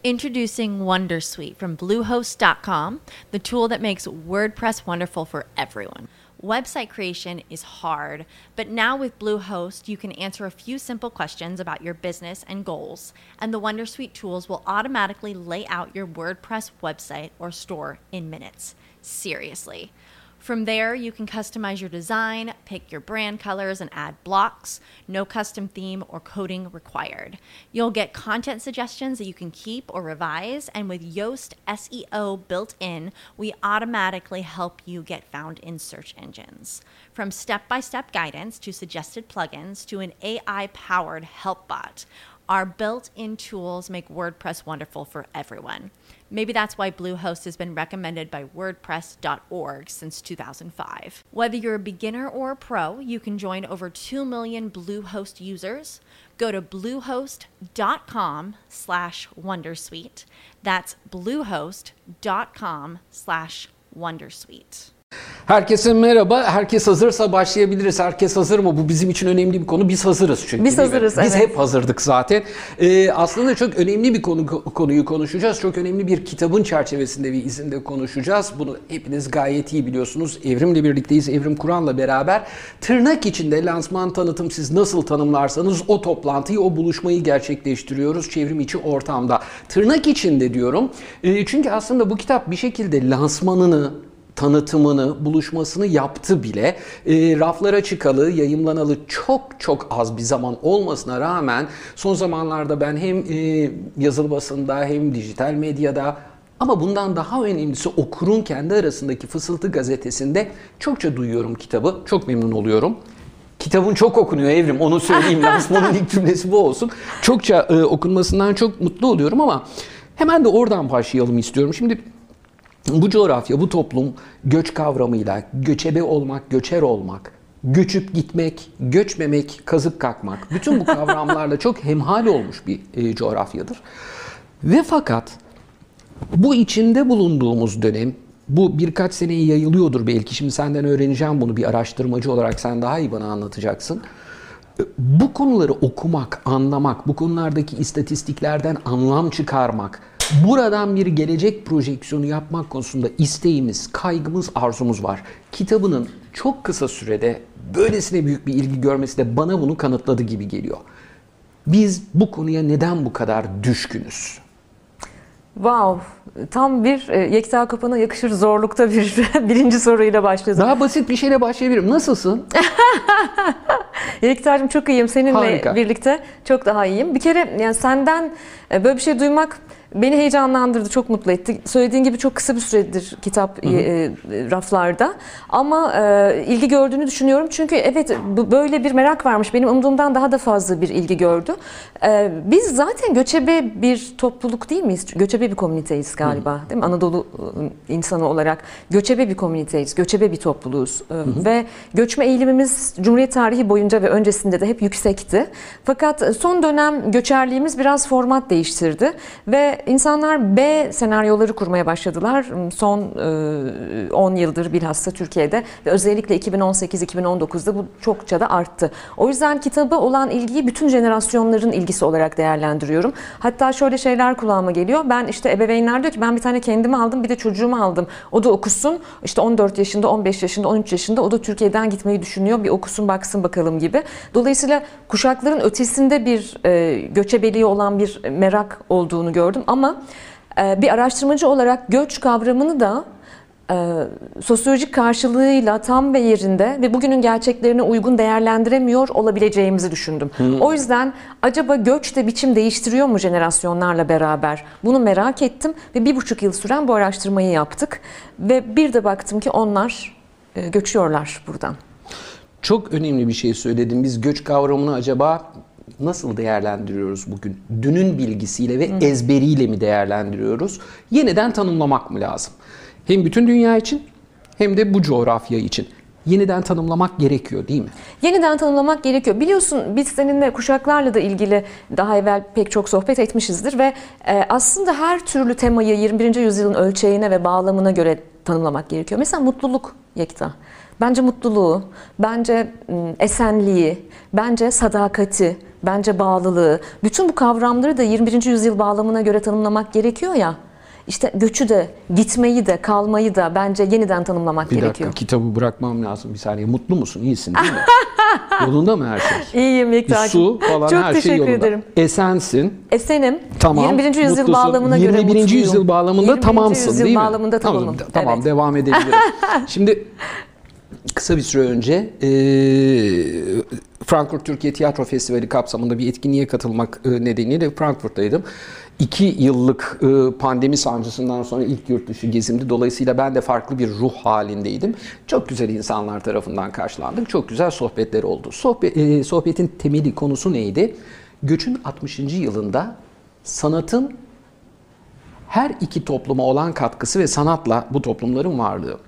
Introducing Wondersuite from Bluehost.com, the tool that makes WordPress wonderful for everyone. Website creation is hard, but now with Bluehost, you can answer a few simple questions about your business and goals, and the Wondersuite tools will automatically lay out your WordPress website or store in minutes. Seriously. From there, you can customize your design, pick your brand colors, and add blocks. No custom theme or coding required. You'll get content suggestions that you can keep or revise, and with Yoast SEO built in, we automatically help you get found in search engines. From step-by-step guidance to suggested plugins to an AI-powered help bot, our built-in tools make WordPress wonderful for everyone. Maybe that's why Bluehost has been recommended by WordPress.org since 2005. Whether you're a beginner or a pro, you can join over 2 million Bluehost users. Go to bluehost.com/wondersuite. That's bluehost.com/wondersuite. Herkese merhaba. Herkes hazırsa başlayabiliriz. Herkes hazır mı? Bu bizim için önemli bir konu. Biz hazırız çünkü. Biz hazırız, Biz evet. hep hazırdık zaten. Aslında çok önemli bir konuyu konuşacağız. Çok önemli bir kitabın çerçevesinde ve izinde konuşacağız. Bunu hepiniz gayet iyi biliyorsunuz. Evrim'le birlikteyiz. Evrim Kur'an'la beraber tırnak içinde lansman tanıtım siz nasıl tanımlarsanız o toplantıyı, o buluşmayı gerçekleştiriyoruz çevrim içi ortamda. Tırnak içinde diyorum. Çünkü aslında bu kitap bir şekilde lansmanını, tanıtımını, buluşmasını yaptı bile. Raflara çıkalı, yayımlanalı çok az bir zaman olmasına rağmen son zamanlarda ben hem yazılı basında hem dijital medyada ama bundan daha önemlisi okurun kendi arasındaki Fısıltı gazetesinde çokça duyuyorum kitabı. Çok memnun oluyorum. Kitabın çok okunuyor Evrim, onu söyleyeyim. Lansmanın ilk cümlesi bu olsun. Çokça okunmasından çok mutlu oluyorum ama hemen de oradan başlayalım istiyorum. Şimdi bu coğrafya, bu toplum göç kavramıyla göçebe olmak, göçer olmak, göçüp gitmek, göçmemek, kazıp kalkmak, bütün bu kavramlarla çok hemhal olmuş bir coğrafyadır. Ve fakat bu içinde bulunduğumuz dönem, bu birkaç seneye yayılıyordur belki. Şimdi senden öğreneceğim bunu, bir araştırmacı olarak sen daha iyi bana anlatacaksın. Bu konuları okumak, anlamak, bu konulardaki istatistiklerden anlam çıkarmak, buradan bir gelecek projeksiyonu yapmak konusunda isteğimiz, kaygımız, arzumuz var. Kitabının çok kısa sürede böylesine büyük bir ilgi görmesi de bana bunu kanıtladı gibi geliyor. Biz bu konuya neden bu kadar düşkünüz? Wow, tam bir Yekta Kopan'a yakışır zorlukta birinci soruyla başladım. Daha basit bir şeyle başlayabilirim. Nasılsın? Yekta'cığım çok iyiyim. Seninle Harika. birlikte çok daha iyiyim. Bir kere yani senden böyle bir şey duymak beni heyecanlandırdı, çok mutlu etti. Söylediğin gibi çok kısa bir süredir kitap raflarda ama ilgi gördüğünü düşünüyorum. Çünkü evet, böyle bir merak varmış. Benim umduğumdan daha da fazla bir ilgi gördü. Biz zaten göçebe bir topluluk değil miyiz? Göçebe bir komüniteyiz galiba, değil mi? Anadolu insanı olarak göçebe bir komüniteyiz, göçebe bir topluluğuz. Ve göçme eğilimimiz Cumhuriyet tarihi boyunca ve öncesinde de hep yüksekti. Fakat son dönem göçerliğimiz biraz format değiştirdi ve İnsanlar B senaryoları kurmaya başladılar son 10 yıldır bilhassa Türkiye'de ve özellikle 2018-2019'da bu çokça da arttı. O yüzden kitaba olan ilgiyi bütün jenerasyonların ilgisi olarak değerlendiriyorum. Hatta şöyle şeyler kulağıma geliyor. Ben işte ebeveynler diyor ki ben bir tane kendimi aldım, bir de çocuğumu aldım. O da okusun. İşte 14 yaşında, 15 yaşında, 13 yaşında o da Türkiye'den gitmeyi düşünüyor. Bir okusun baksın bakalım gibi. Dolayısıyla kuşakların ötesinde bir göçebeliği olan bir merak olduğunu gördüm. Ama bir araştırmacı olarak göç kavramını da sosyolojik karşılığıyla tam ve yerinde ve bugünün gerçeklerine uygun değerlendiremiyor olabileceğimizi düşündüm. O yüzden acaba göç de biçim değiştiriyor mu jenerasyonlarla beraber? Bunu merak ettim ve 1,5 yıl süren bu araştırmayı yaptık. Ve bir de baktım ki onlar göçüyorlar buradan. Çok önemli bir şey söyledin. Biz göç kavramını acaba nasıl değerlendiriyoruz bugün? Dünün bilgisiyle ve ezberiyle mi değerlendiriyoruz? Yeniden tanımlamak mı lazım? Hem bütün dünya için hem de bu coğrafya için. Yeniden tanımlamak gerekiyor değil mi? Yeniden tanımlamak gerekiyor. Biliyorsun biz seninle kuşaklarla da ilgili daha evvel pek çok sohbet etmişizdir ve aslında her türlü temayı 21. yüzyılın ölçeğine ve bağlamına göre tanımlamak gerekiyor. Mesela mutluluk Yekta. Bence mutluluğu, bence esenliği, bence sadakati, bence bağlılığı. Bütün bu kavramları da 21. yüzyıl bağlamına göre tanımlamak gerekiyor ya. İşte göçü de, gitmeyi de, kalmayı da bence yeniden tanımlamak gerekiyor. Bir dakika, kitabı bırakmam lazım bir saniye. Mutlu musun? İyisin değil mi? Yolunda mı her şey? İyiyim Yekta'cığım. Su falan Çok her şey teşekkür yolunda. ederim. Esensin. Esenim. Tamam. 21. yüzyıl Mutlusun. bağlamına göre 21. mutluyum. yüzyıl bağlamında 21. tamamsın yüzyıl değil mi? bağlamında tamamım. Tamam, Evet. devam edebilirim. Şimdi kısa bir süre önce Frankfurt Türkiye Tiyatro Festivali kapsamında bir etkinliğe katılmak nedeniyle Frankfurt'taydım. 2 yıllık pandemi sancısından sonra ilk yurt dışı gezimdi. Dolayısıyla ben de farklı bir ruh halindeydim. Çok güzel insanlar tarafından karşılandık. Çok güzel sohbetler oldu. Sohbetin temeli konusu neydi? Göçün 60. yılında sanatın her iki topluma olan katkısı ve sanatla bu toplumların varlığı.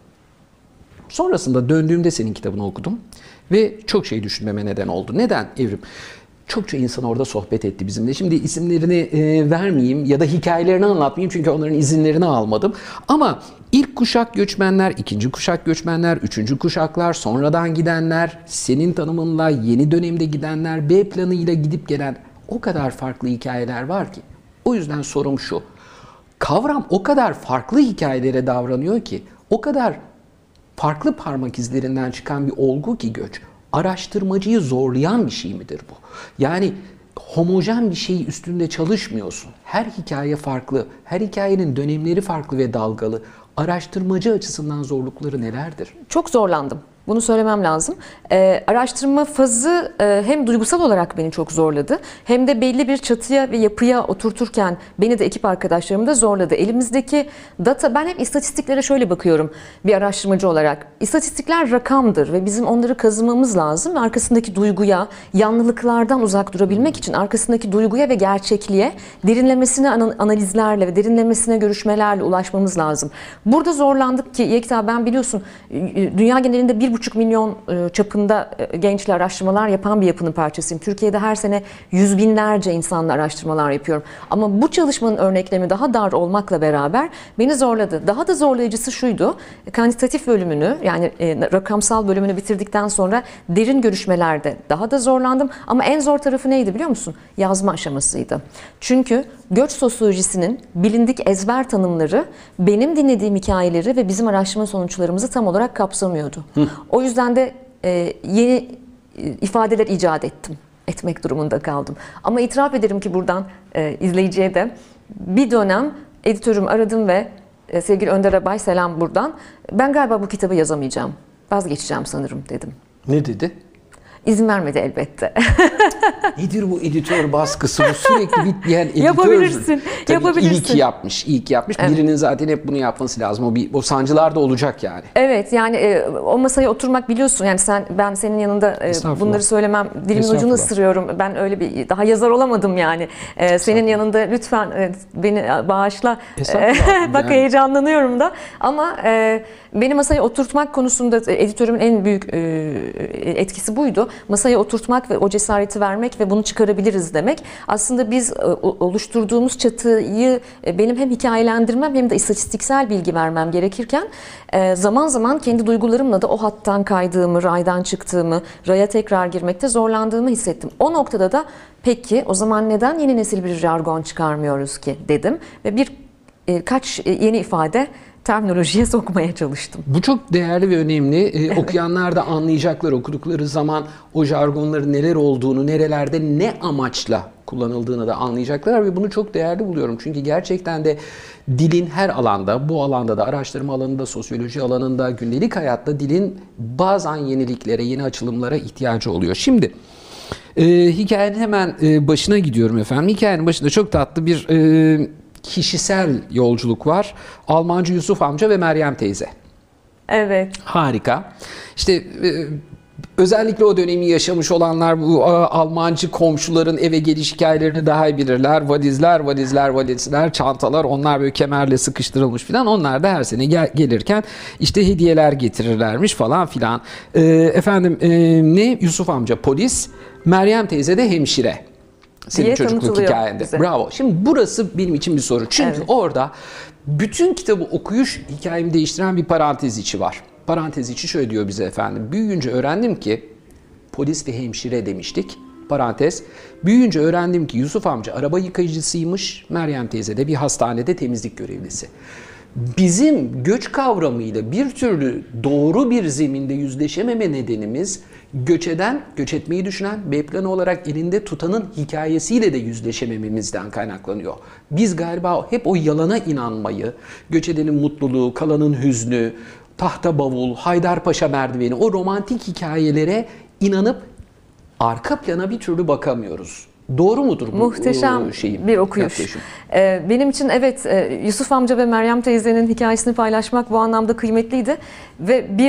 Sonrasında döndüğümde senin kitabını okudum ve çok şey düşünmeme neden oldu. Neden Evrim? Çokça insan orada sohbet etti bizimle. Şimdi isimlerini vermeyeyim ya da hikayelerini anlatmayayım çünkü onların izinlerini almadım. Ama ilk kuşak göçmenler, ikinci kuşak göçmenler, üçüncü kuşaklar, sonradan gidenler, senin tanımınla yeni dönemde gidenler, B planıyla gidip gelen o kadar farklı hikayeler var ki. O yüzden sorum şu. Kavram o kadar farklı hikayelere davranıyor ki, o kadar farklı parmak izlerinden çıkan bir olgu ki göç. Araştırmacıyı zorlayan bir şey midir bu? Yani homojen bir şey üstünde çalışmıyorsun. Her hikaye farklı, her hikayenin dönemleri farklı ve dalgalı. Araştırmacı açısından zorlukları nelerdir? Çok zorlandım. Bunu söylemem lazım. Araştırma fazı hem duygusal olarak beni çok zorladı hem de belli bir çatıya ve yapıya oturturken beni de ekip arkadaşlarımı da zorladı. Elimizdeki data, ben hep istatistiklere şöyle bakıyorum bir araştırmacı olarak. İstatistikler rakamdır ve bizim onları kazımamız lazım ve arkasındaki duyguya, yanlılıklardan uzak durabilmek için arkasındaki duyguya ve gerçekliğe derinlemesine analizlerle ve derinlemesine görüşmelerle ulaşmamız lazım. Burada zorlandık ki Yekta, ben biliyorsun dünya genelinde 1,5 milyon çapında gençle araştırmalar yapan bir yapının parçasıyım. Türkiye'de her sene yüz binlerce insanla araştırmalar yapıyorum. Ama bu çalışmanın örneklemi daha dar olmakla beraber beni zorladı. Daha da zorlayıcısı şuydu. Kantitatif bölümünü, yani rakamsal bölümünü bitirdikten sonra derin görüşmelerde daha da zorlandım. Ama en zor tarafı neydi biliyor musun? Yazma aşamasıydı. Çünkü göç sosyolojisinin bilindik ezber tanımları benim dinlediğim hikayeleri ve bizim araştırma sonuçlarımızı tam olarak kapsamıyordu. O yüzden de yeni ifadeler icat etmek durumunda kaldım. Ama itiraf ederim ki buradan izleyiciye de bir dönem editörümü aradım ve sevgili Önder Abay, selam buradan. Ben galiba bu kitabı yazamayacağım. Vazgeçeceğim sanırım dedim. Ne dedi? İzin vermedi elbette. Nedir bu editör baskısı? Bu sürekli bitmeyen editör. Yapabilirsin. Tabii Yapabilirsin. iyi ki yapmış. İyi ki yapmış. Evet. Birinin zaten hep bunu yapması lazım. O sancılar da olacak yani. Evet, yani o masaya oturmak, biliyorsun yani ben senin yanında bunları söylemem, dilimin ucunu ısırıyorum. Ben öyle bir daha yazar olamadım yani. Senin yanında lütfen beni bağışla. Bak yani. Heyecanlanıyorum da. Ama beni masaya oturtmak konusunda editörümün en büyük etkisi buydu. Masaya oturtmak ve o cesareti vermek ve bunu çıkarabiliriz demek. Aslında biz oluşturduğumuz çatıyı benim hem hikayelendirmem hem de istatistiksel bilgi vermem gerekirken zaman zaman kendi duygularımla da o hattan kaydığımı, raydan çıktığımı, raya tekrar girmekte zorlandığımı hissettim. O noktada da peki o zaman neden yeni nesil bir jargon çıkarmıyoruz ki dedim ve birkaç yeni ifade terminolojiye sokmaya çalıştım. Bu çok değerli ve önemli. Okuyanlar da anlayacaklar okudukları zaman o jargonların neler olduğunu, nerelerde ne amaçla kullanıldığını da anlayacaklar ve bunu çok değerli buluyorum. Çünkü gerçekten de dilin her alanda, bu alanda da araştırma alanında, sosyoloji alanında, gündelik hayatta dilin bazen yeniliklere, yeni açılımlara ihtiyacı oluyor. Şimdi hikayenin hemen başına gidiyorum efendim. Hikayenin başında çok tatlı bir kişisel yolculuk var. Almancı Yusuf amca ve Meryem teyze. Evet. Harika. İşte özellikle o dönemi yaşamış olanlar bu Almancı komşuların eve geliş hikayelerini daha iyi bilirler. Valizler, çantalar, onlar böyle kemerle sıkıştırılmış filan. Onlar da her sene gelirken işte hediyeler getirirlermiş falan filan. Yusuf amca polis, Meryem teyze de hemşire. Senin çocukluk hikayende. Bize. Bravo. Şimdi burası benim için bir soru. Çünkü orada bütün kitabı okuyuş hikayemi değiştiren bir parantez içi var. parantez içi şöyle diyor bize efendim. Büyüyünce öğrendim ki, polis ve hemşire demiştik. Parantez. Büyüyünce öğrendim ki Yusuf amca araba yıkayıcısıymış, Meryem teyze de bir hastanede temizlik görevlisi. Bizim göç kavramıyla bir türlü doğru bir zeminde yüzleşememe nedenimiz göç etmeyi düşünen, B planı olarak elinde tutanın hikayesiyle de yüzleşemememizden kaynaklanıyor. Biz galiba hep o yalana inanmayı, göç edenin mutluluğu, kalanın hüznü, tahta bavul, Haydarpaşa merdiveni, o romantik hikayelere inanıp arka plana bir türlü bakamıyoruz. Doğru mudur bu Muhteşem bir okuyuş. Benim için evet, Yusuf amca ve Meryem teyzenin hikayesini paylaşmak bu anlamda kıymetliydi. Ve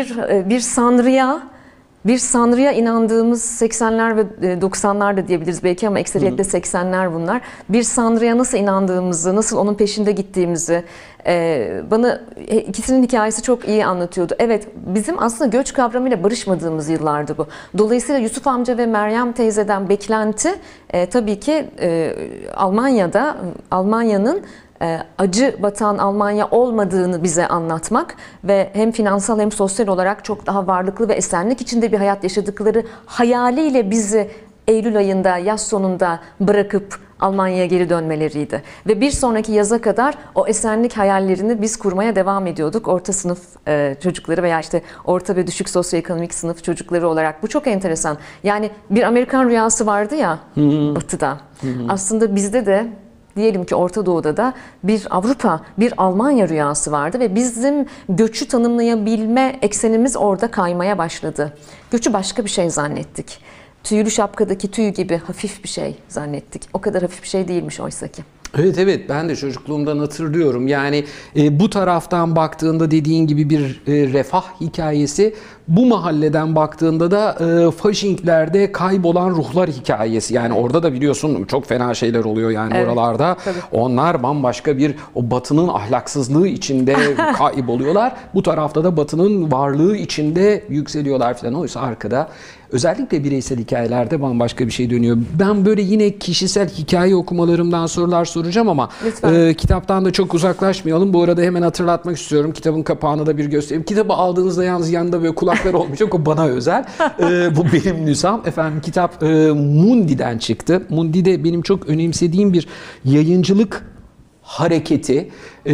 bir sanrıya inandığımız 80'ler ve 90'lar da diyebiliriz belki ama ekseriyetle 80'ler bunlar. Bir sanrıya nasıl inandığımızı, nasıl onun peşinde gittiğimizi bana ikisinin hikayesi çok iyi anlatıyordu. Evet, bizim aslında göç kavramıyla barışmadığımız yıllardı bu. Dolayısıyla Yusuf amca ve Meryem teyzeden beklenti tabii ki Almanya'nın acı batan Almanya olmadığını bize anlatmak ve hem finansal hem sosyal olarak çok daha varlıklı ve esenlik içinde bir hayat yaşadıkları hayaliyle bizi Eylül ayında, yaz sonunda bırakıp Almanya'ya geri dönmeleriydi. Ve bir sonraki yaza kadar o esenlik hayallerini biz kurmaya devam ediyorduk. Orta sınıf çocukları veya işte orta ve düşük sosyoekonomik sınıf çocukları olarak. Bu çok enteresan. Yani bir Amerikan rüyası vardı ya Batı'da. Aslında bizde de diyelim ki Orta Doğu'da da bir Avrupa, bir Almanya rüyası vardı ve bizim göçü tanımlayabilme eksenimiz orada kaymaya başladı. Göçü başka bir şey zannettik. Tüylü şapkadaki tüy gibi hafif bir şey zannettik. O kadar hafif bir şey değilmiş oysa ki. Evet, ben de çocukluğumdan hatırlıyorum. Yani bu taraftan baktığında dediğin gibi bir refah hikayesi, bu mahalleden baktığında da Fasching'lerde kaybolan ruhlar hikayesi. Yani orada da biliyorsun çok fena şeyler oluyor yani evet, oralarda. Tabii. Onlar bambaşka bir o Batı'nın ahlaksızlığı içinde kayboluyorlar. Bu tarafta da Batı'nın varlığı içinde yükseliyorlar falan. Oysa arkada özellikle bireysel hikayelerde bambaşka bir şey dönüyor. Ben böyle yine kişisel hikaye okumalarımdan sorular soracağım ama kitaptan da çok uzaklaşmayalım. Bu arada hemen hatırlatmak istiyorum. Kitabın kapağını da bir göstereyim. Kitabı aldığınızda yalnız yanında böyle kulaklar olmayacak. O bana özel. Bu benim nüsham. Efendim kitap Mundi'den çıktı. Mundi de benim çok önemsediğim bir yayıncılık hareketi.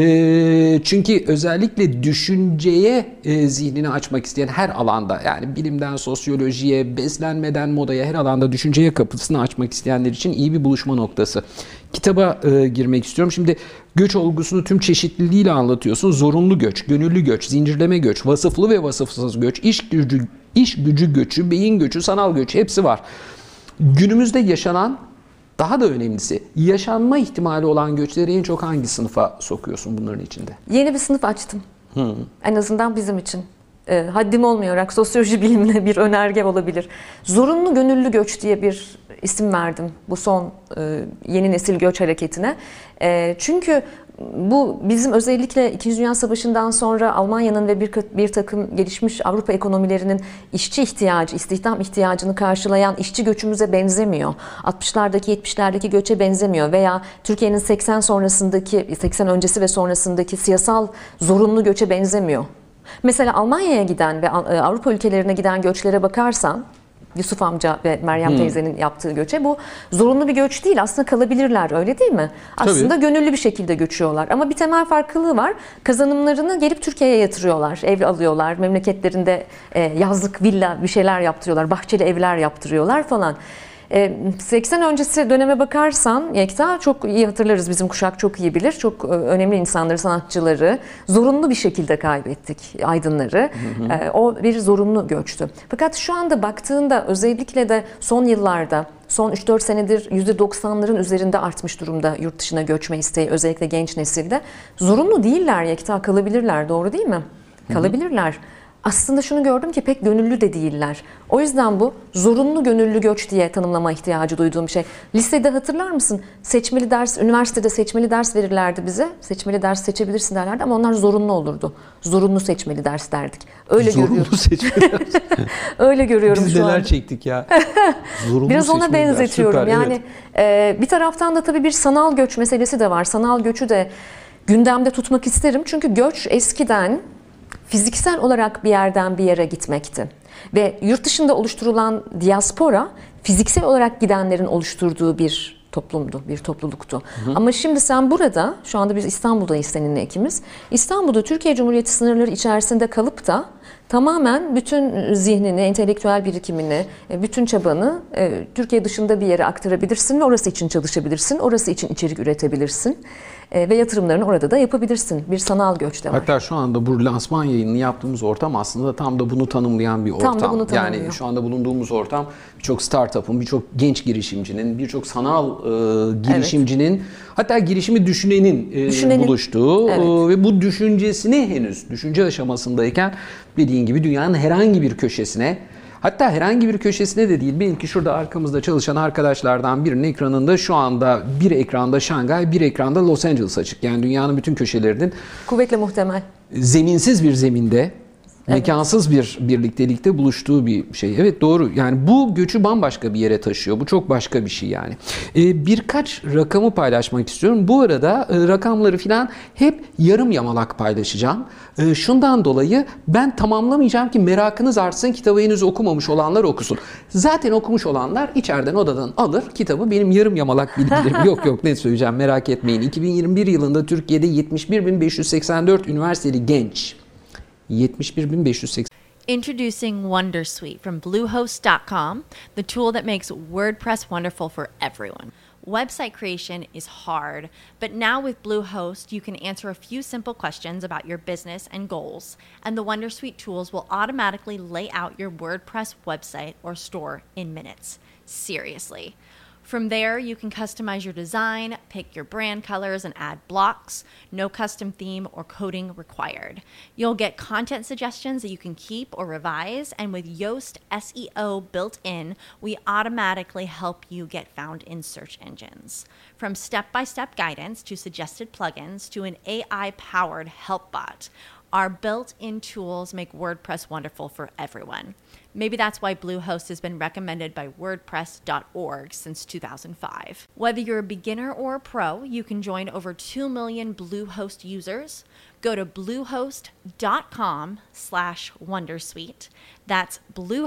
Çünkü özellikle düşünceye zihnini açmak isteyen her alanda, yani bilimden sosyolojiye, beslenmeden modaya, her alanda düşünceye kapısını açmak isteyenler için iyi bir buluşma noktası. Kitaba girmek istiyorum. Şimdi göç olgusunu tüm çeşitliliğiyle anlatıyorsun. Zorunlu göç, gönüllü göç, zincirleme göç, vasıflı ve vasıfsız göç, iş gücü göçü, beyin göçü, sanal göç, hepsi var. Günümüzde yaşanan, daha da önemlisi, yaşanma ihtimali olan göçleri en çok hangi sınıfa sokuyorsun bunların içinde? Yeni bir sınıf açtım. En azından bizim için. Haddim olmayarak sosyoloji bilimine bir önerge olabilir. Zorunlu gönüllü göç diye bir isim verdim bu son yeni nesil göç hareketine. Çünkü bu bizim özellikle 2. Dünya Savaşı'ndan sonra Almanya'nın ve bir takım gelişmiş Avrupa ekonomilerinin işçi ihtiyacı, istihdam ihtiyacını karşılayan işçi göçümüze benzemiyor. 60'lardaki, 70'lerdeki göçe benzemiyor veya Türkiye'nin 80 öncesi ve sonrasındaki siyasal zorunlu göçe benzemiyor. Mesela Almanya'ya giden ve Avrupa ülkelerine giden göçlere bakarsan, Yusuf amca ve Meryem teyzenin yaptığı göçe, bu zorunlu bir göç değil. Aslında kalabilirler, öyle değil mi? Aslında tabii, gönüllü bir şekilde göçüyorlar. Ama bir temel farklılığı var. Kazanımlarını gelip Türkiye'ye yatırıyorlar. Ev alıyorlar. Memleketlerinde yazlık villa bir şeyler yaptırıyorlar. Bahçeli evler yaptırıyorlar falan. 80 öncesi döneme bakarsan Yekta, çok iyi hatırlarız, bizim kuşak çok iyi bilir. Çok önemli insanları, sanatçıları zorunlu bir şekilde kaybettik, aydınları. O bir zorunlu göçtü. Fakat şu anda baktığında özellikle de son yıllarda, son 3-4 senedir %90'ların üzerinde artmış durumda yurt dışına göçme isteği, özellikle genç nesilde. Zorunlu değiller Yekta, kalabilirler, doğru değil mi? Kalabilirler. Aslında şunu gördüm ki pek gönüllü de değiller. O yüzden bu zorunlu gönüllü göç diye tanımlama ihtiyacı duyduğum şey. Lisede hatırlar mısın? Seçmeli ders, üniversitede seçmeli ders verirlerdi bize. Seçmeli ders seçebilirsin derlerdi ama onlar zorunlu olurdu. Zorunlu seçmeli ders derdik. Öyle zorunlu seçmeli ders. Öyle görüyorum biz şu an. Biz neler çektik ya. Zorunlu biraz ona benzetiyorum. Süper, yani bir taraftan da tabii bir sanal göç meselesi de var. Sanal göçü de gündemde tutmak isterim. Çünkü göç eskiden fiziksel olarak bir yerden bir yere gitmekti. Ve yurt dışında oluşturulan diaspora fiziksel olarak gidenlerin oluşturduğu bir toplumdu, bir topluluktu. Ama şimdi sen burada, şu anda biz İstanbul'dayız seninle ikimiz. İstanbul'da Türkiye Cumhuriyeti sınırları içerisinde kalıp da tamamen bütün zihnini, entelektüel birikimini, bütün çabanı Türkiye dışında bir yere aktarabilirsin ve orası için çalışabilirsin, orası için içerik üretebilirsin. Ve yatırımlarını orada da yapabilirsin. Bir sanal göç de var. Hatta şu anda bu lansman yayınını yaptığımız ortam aslında tam da bunu tanımlayan bir ortam. Tam da bunu tanımlıyor. Yani şu anda bulunduğumuz ortam birçok startup'ın, birçok genç girişimcinin, birçok sanal girişimcinin, hatta girişimi düşünenin buluştuğu ve bu düşüncesini henüz düşünce aşamasındayken dediğin gibi dünyanın herhangi bir köşesine, hatta herhangi bir köşesine de değil, belki şurada arkamızda çalışan arkadaşlardan birinin ekranında şu anda bir ekranda Şangay, bir ekranda Los Angeles açık. Yani dünyanın bütün köşelerinin kuvvetle muhtemel. Zeminsiz bir zeminde, mekansız bir birliktelikte buluştuğu bir şey. Evet, doğru. Yani bu göçü bambaşka bir yere taşıyor. Bu çok başka bir şey yani. Birkaç rakamı paylaşmak istiyorum. Bu arada rakamları filan hep yarım yamalak paylaşacağım. Şundan dolayı ben tamamlamayacağım ki merakınız artsın, kitabı henüz okumamış olanlar okusun. Zaten okumuş olanlar içeriden odadan alır kitabı, benim yarım yamalak bilgilerim. Yok ne söyleyeceğim, merak etmeyin. 2021 yılında Türkiye'de 71.584 üniversiteli genç. 71.580. Introducing Wondersuite from Bluehost.com, the tool that makes WordPress wonderful for everyone. Website creation is hard, but now with Bluehost, you can answer a few simple questions about your business and goals, and the Wondersuite tools will automatically lay out your WordPress website or store in minutes. Seriously. From there, you can customize your design, pick your brand colors, and add blocks. No custom theme or coding required. You'll get content suggestions that you can keep or revise, and with Yoast SEO built in, we automatically help you get found in search engines. From step-by-step guidance to suggested plugins to an AI-powered help bot, our built-in tools make WordPress wonderful for everyone. Maybe that's why Bluehost has been recommended by WordPress.org since 2005. Whether you're a beginner or a pro, you can join over 2 million Bluehost users. Go to bluehost.com/wondersuite. That's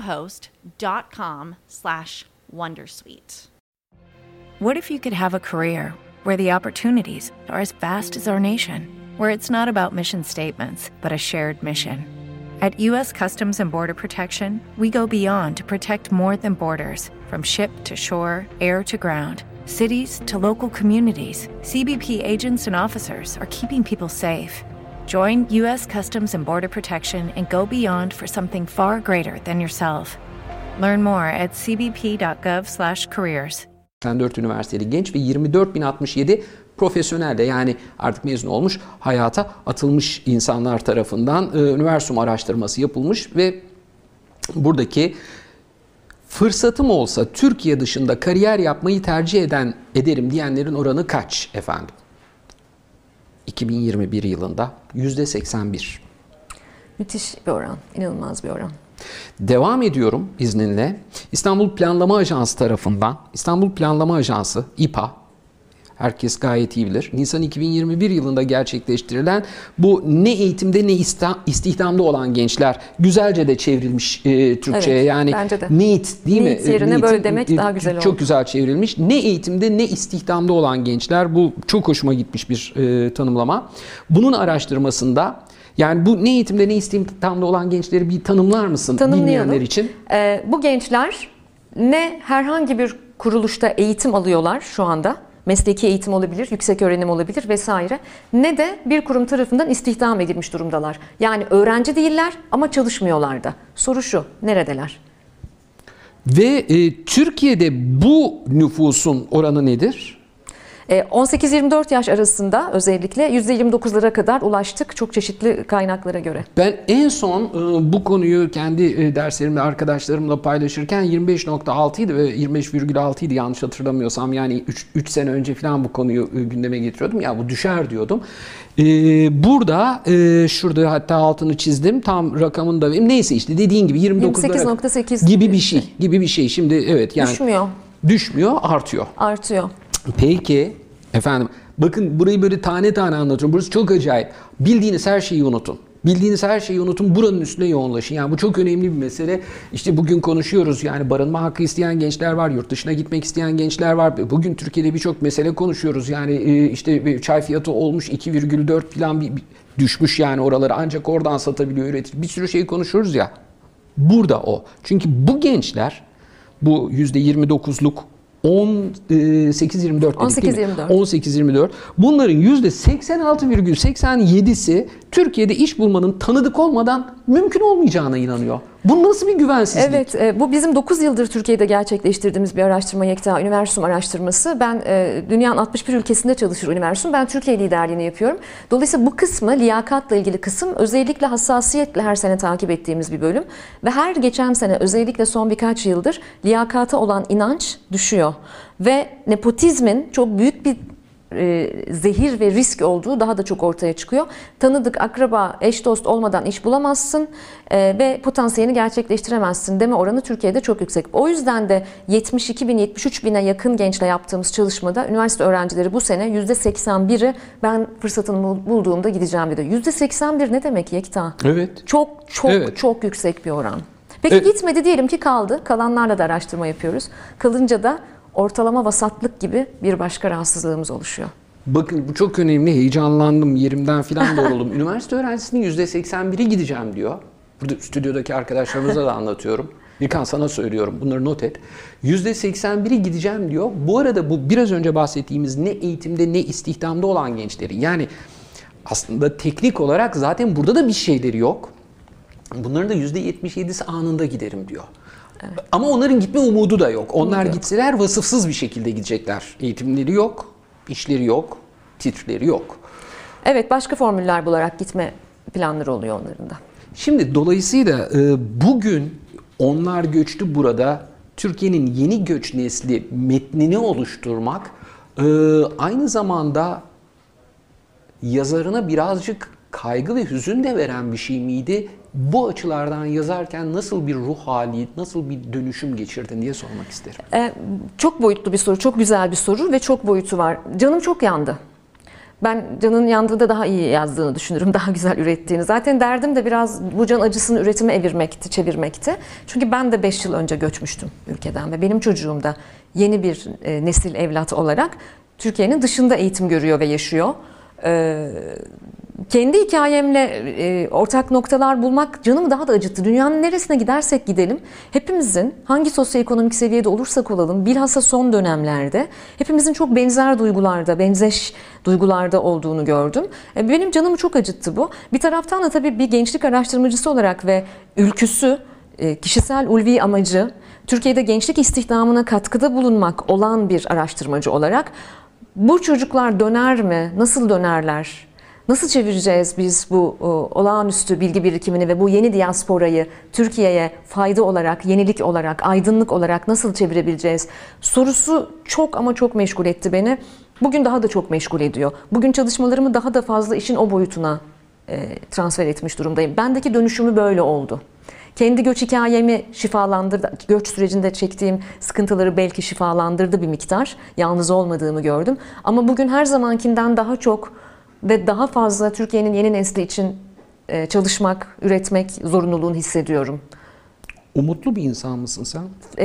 bluehost.com/wondersuite. What if you could have a career where the opportunities are as vast as our nation, where it's not about mission statements, but a shared mission? At U.S. Customs and Border Protection, we go beyond to protect more than borders. From ship to shore, air to ground, cities to local communities, CBP agents and officers are keeping people safe. Join U.S. Customs and Border Protection and go beyond for something far greater than yourself. Learn more at cbp.gov/careers. 84 üniversiteli genç ve 24.067 profesyonel de, yani artık mezun olmuş, hayata atılmış insanlar tarafından üniversum araştırması yapılmış ve buradaki fırsatım olsa Türkiye dışında kariyer yapmayı tercih ederim diyenlerin oranı kaç efendim? 2021 yılında %81. Müthiş bir oran, inanılmaz bir oran. Devam ediyorum izninle. İstanbul Planlama Ajansı tarafından, İstanbul Planlama Ajansı, İPA, herkes gayet iyi bilir, Nisan 2021 yılında gerçekleştirilen bu ne eğitimde ne istihdamda olan gençler, güzelce de çevrilmiş Türkçe'ye, evet, yani NEET değil mi? NEET yerine böyle demek daha güzel oldu. Çok güzel çevrilmiş. Ne eğitimde ne istihdamda olan gençler, bu çok hoşuma gitmiş bir tanımlama. Bunun araştırmasında, yani bu ne eğitimde ne istihdamda olan gençleri bir tanımlar mısın bilmeyenler için? Bu gençler ne herhangi bir kuruluşta eğitim alıyorlar şu anda, mesleki eğitim olabilir, yüksek öğrenim olabilir vesaire, ne de bir kurum tarafından istihdam edilmiş durumdalar. Yani öğrenci değiller ama çalışmıyorlar da. Soru şu, neredeler? Ve Türkiye'de bu nüfusun oranı nedir? 18-24 yaş arasında özellikle %29'lara kadar ulaştık çok çeşitli kaynaklara göre. Ben en son bu konuyu kendi derslerimle arkadaşlarımla paylaşırken 25.6 idi ve 25,6 idi yanlış hatırlamıyorsam, yani 3 sene önce falan bu konuyu gündeme getiriyordum. Ya bu düşer diyordum. Burada şurada hatta altını çizdim, tam rakamını da neyse işte dediğin gibi 28.8 gibi bir şey. Şimdi evet, yani düşmüyor, artıyor. Peki efendim, bakın burayı böyle tane tane anlatıyorum. Burası çok acayip. Bildiğiniz her şeyi unutun. Bildiğiniz her şeyi unutun, buranın üstüne yoğunlaşın. Yani bu çok önemli bir mesele. İşte bugün konuşuyoruz, yani barınma hakkı isteyen gençler var, yurt dışına gitmek isteyen gençler var. Bugün Türkiye'de birçok mesele konuşuyoruz. Yani işte çay fiyatı olmuş 2,4 falan düşmüş, yani oraları ancak oradan satabiliyor üretici. Bir sürü şey konuşuyoruz ya. Burada o. Çünkü bu gençler, bu %29'luk 18-24 18-24. Bunların %86,87'si Türkiye'de iş bulmanın tanıdık olmadan mümkün olmayacağına inanıyor. Bu nasıl bir güvensizlik? Evet, bu bizim 9 yıldır Türkiye'de gerçekleştirdiğimiz bir araştırma, Yekta Üniversum araştırması. Ben dünyanın 61 ülkesinde çalışır Üniversum. Ben Türkiye liderliğini yapıyorum. Dolayısıyla bu kısmı, liyakatla ilgili kısım özellikle hassasiyetle her sene takip ettiğimiz bir bölüm. Ve her geçen sene, özellikle son birkaç yıldır liyakata olan inanç düşüyor. Ve nepotizmin çok büyük bir zehir ve risk olduğu daha da çok ortaya çıkıyor. Tanıdık, akraba, eş dost olmadan iş bulamazsın ve potansiyelini gerçekleştiremezsin deme oranı Türkiye'de çok yüksek. O yüzden de 72 bin, 73 bine yakın gençle yaptığımız çalışmada üniversite öğrencileri bu sene %81'i ben fırsatını bulduğumda gideceğim dedi. %81 ne demek Yekta? Evet. Çok yüksek bir oran. Peki gitmedi diyelim ki kaldı. Kalanlarla da araştırma yapıyoruz. Kalınca da ortalama vasatlık gibi bir başka rahatsızlığımız oluşuyor. Bakın bu çok önemli. Heyecanlandım. Yerimden falan doğruldum. Üniversite öğrencisinin %81'i gideceğim diyor. Burada stüdyodaki arkadaşlarımıza da anlatıyorum. Birkan sana söylüyorum. Bunları not et. %81'i gideceğim diyor. Bu arada bu biraz önce bahsettiğimiz ne eğitimde ne istihdamda olan gençleri. Yani aslında teknik olarak zaten burada da bir şeyleri yok. Bunların da %77'si anında giderim diyor. Evet. Ama onların gitme umudu da yok. Onlar gitseler vasıfsız bir şekilde gidecekler. Eğitimleri yok, işleri yok, titrleri yok. Evet, başka formüller bularak gitme planları oluyor onların da. Şimdi dolayısıyla bugün onlar göçtü burada. Türkiye'nin yeni göç nesli metnini oluşturmak aynı zamanda yazarına birazcık kaygı ve hüzün de veren bir şey miydi? Bu açılardan yazarken nasıl bir ruh hali, nasıl bir dönüşüm geçirdin diye sormak isterim. Çok boyutlu bir soru, çok güzel bir soru ve çok boyutu var. Canım çok yandı. Ben Can'ın yandığında daha iyi yazdığını düşünürüm, daha güzel ürettiğini. Zaten derdim de biraz bu can acısını üretime evirmekti, çevirmekti. Çünkü ben de 5 yıl önce göçmüştüm ülkeden ve benim çocuğum da yeni bir nesil evlat olarak Türkiye'nin dışında eğitim görüyor ve yaşıyor. Kendi hikayemle ortak noktalar bulmak canımı daha da acıttı. Dünyanın neresine gidersek gidelim, hepimizin hangi sosyoekonomik seviyede olursak olalım, bilhassa son dönemlerde hepimizin çok benzer duygularda, benzeş duygularda olduğunu gördüm. Benim canımı çok acıttı bu. Bir taraftan da tabii bir gençlik araştırmacısı olarak ve ülküsü, kişisel ulvi amacı Türkiye'de gençlik istihdamına katkıda bulunmak olan bir araştırmacı olarak bu çocuklar döner mi? Nasıl dönerler? Nasıl çevireceğiz biz bu olağanüstü bilgi birikimini ve bu yeni diasporayı Türkiye'ye fayda olarak, yenilik olarak, aydınlık olarak nasıl çevirebileceğiz? Sorusu çok ama çok meşgul etti beni. Bugün daha da çok meşgul ediyor. Bugün çalışmalarımı daha da fazla işin o boyutuna transfer etmiş durumdayım. Bendeki dönüşümü böyle oldu. Kendi göç hikayemi şifalandırdı. Göç sürecinde çektiğim sıkıntıları belki şifalandırdı bir miktar. Yalnız olmadığımı gördüm. Ama bugün her zamankinden daha çok ve daha fazla Türkiye'nin yeni nesli için çalışmak, üretmek zorunluluğunu hissediyorum. Umutlu bir insan mısın sen?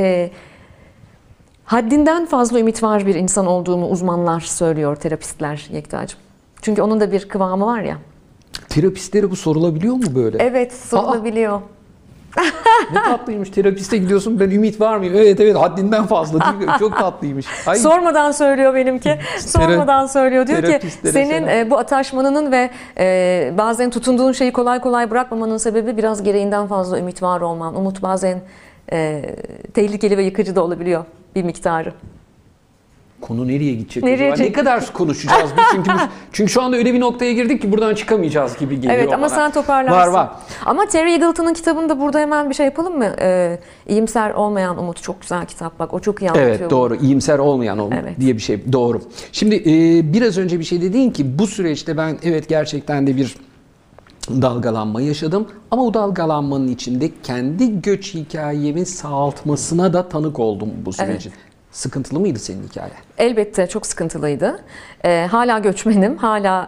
Haddinden fazla ümit var bir insan olduğumu uzmanlar söylüyor, terapistler Yekta'cığım. Çünkü onun da bir kıvamı var ya. Terapistlere bu sorulabiliyor mu böyle? Evet, sorulabiliyor. Ne tatlıymış. Terapiste gidiyorsun, ben ümit var mıyım? Evet haddinden fazla değil mi? Çok tatlıymış. Ay. Sormadan söylüyor benimki. Sormadan söylüyor. Diyor ki senin bu ataşmanının ve bazen tutunduğun şeyi kolay kolay bırakmamanın sebebi biraz gereğinden fazla ümit var olman. Umut bazen tehlikeli ve yıkıcı da olabiliyor bir miktarı. Konu nereye gidecek acaba? Ne kadar konuşacağız biz? Çünkü şu anda öyle bir noktaya girdik ki buradan çıkamayacağız gibi geliyor evet, bana. ama sen toparlarsın. Var. Ama Terry Eagleton'un kitabında burada hemen bir şey yapalım mı? İyimser olmayan umut. Çok güzel kitap bak. O çok iyi anlatıyor. Evet doğru. İyimser olmayan umut diye bir şey. Doğru. Şimdi biraz önce bir şey dedin ki bu süreçte ben gerçekten de bir dalgalanma yaşadım. Ama o dalgalanmanın içinde kendi göç hikayemin sağaltmasına da tanık oldum bu sürecin. Evet. Sıkıntılı mıydı senin hikayen? Elbette çok sıkıntılıydı. Hala göçmenim, hala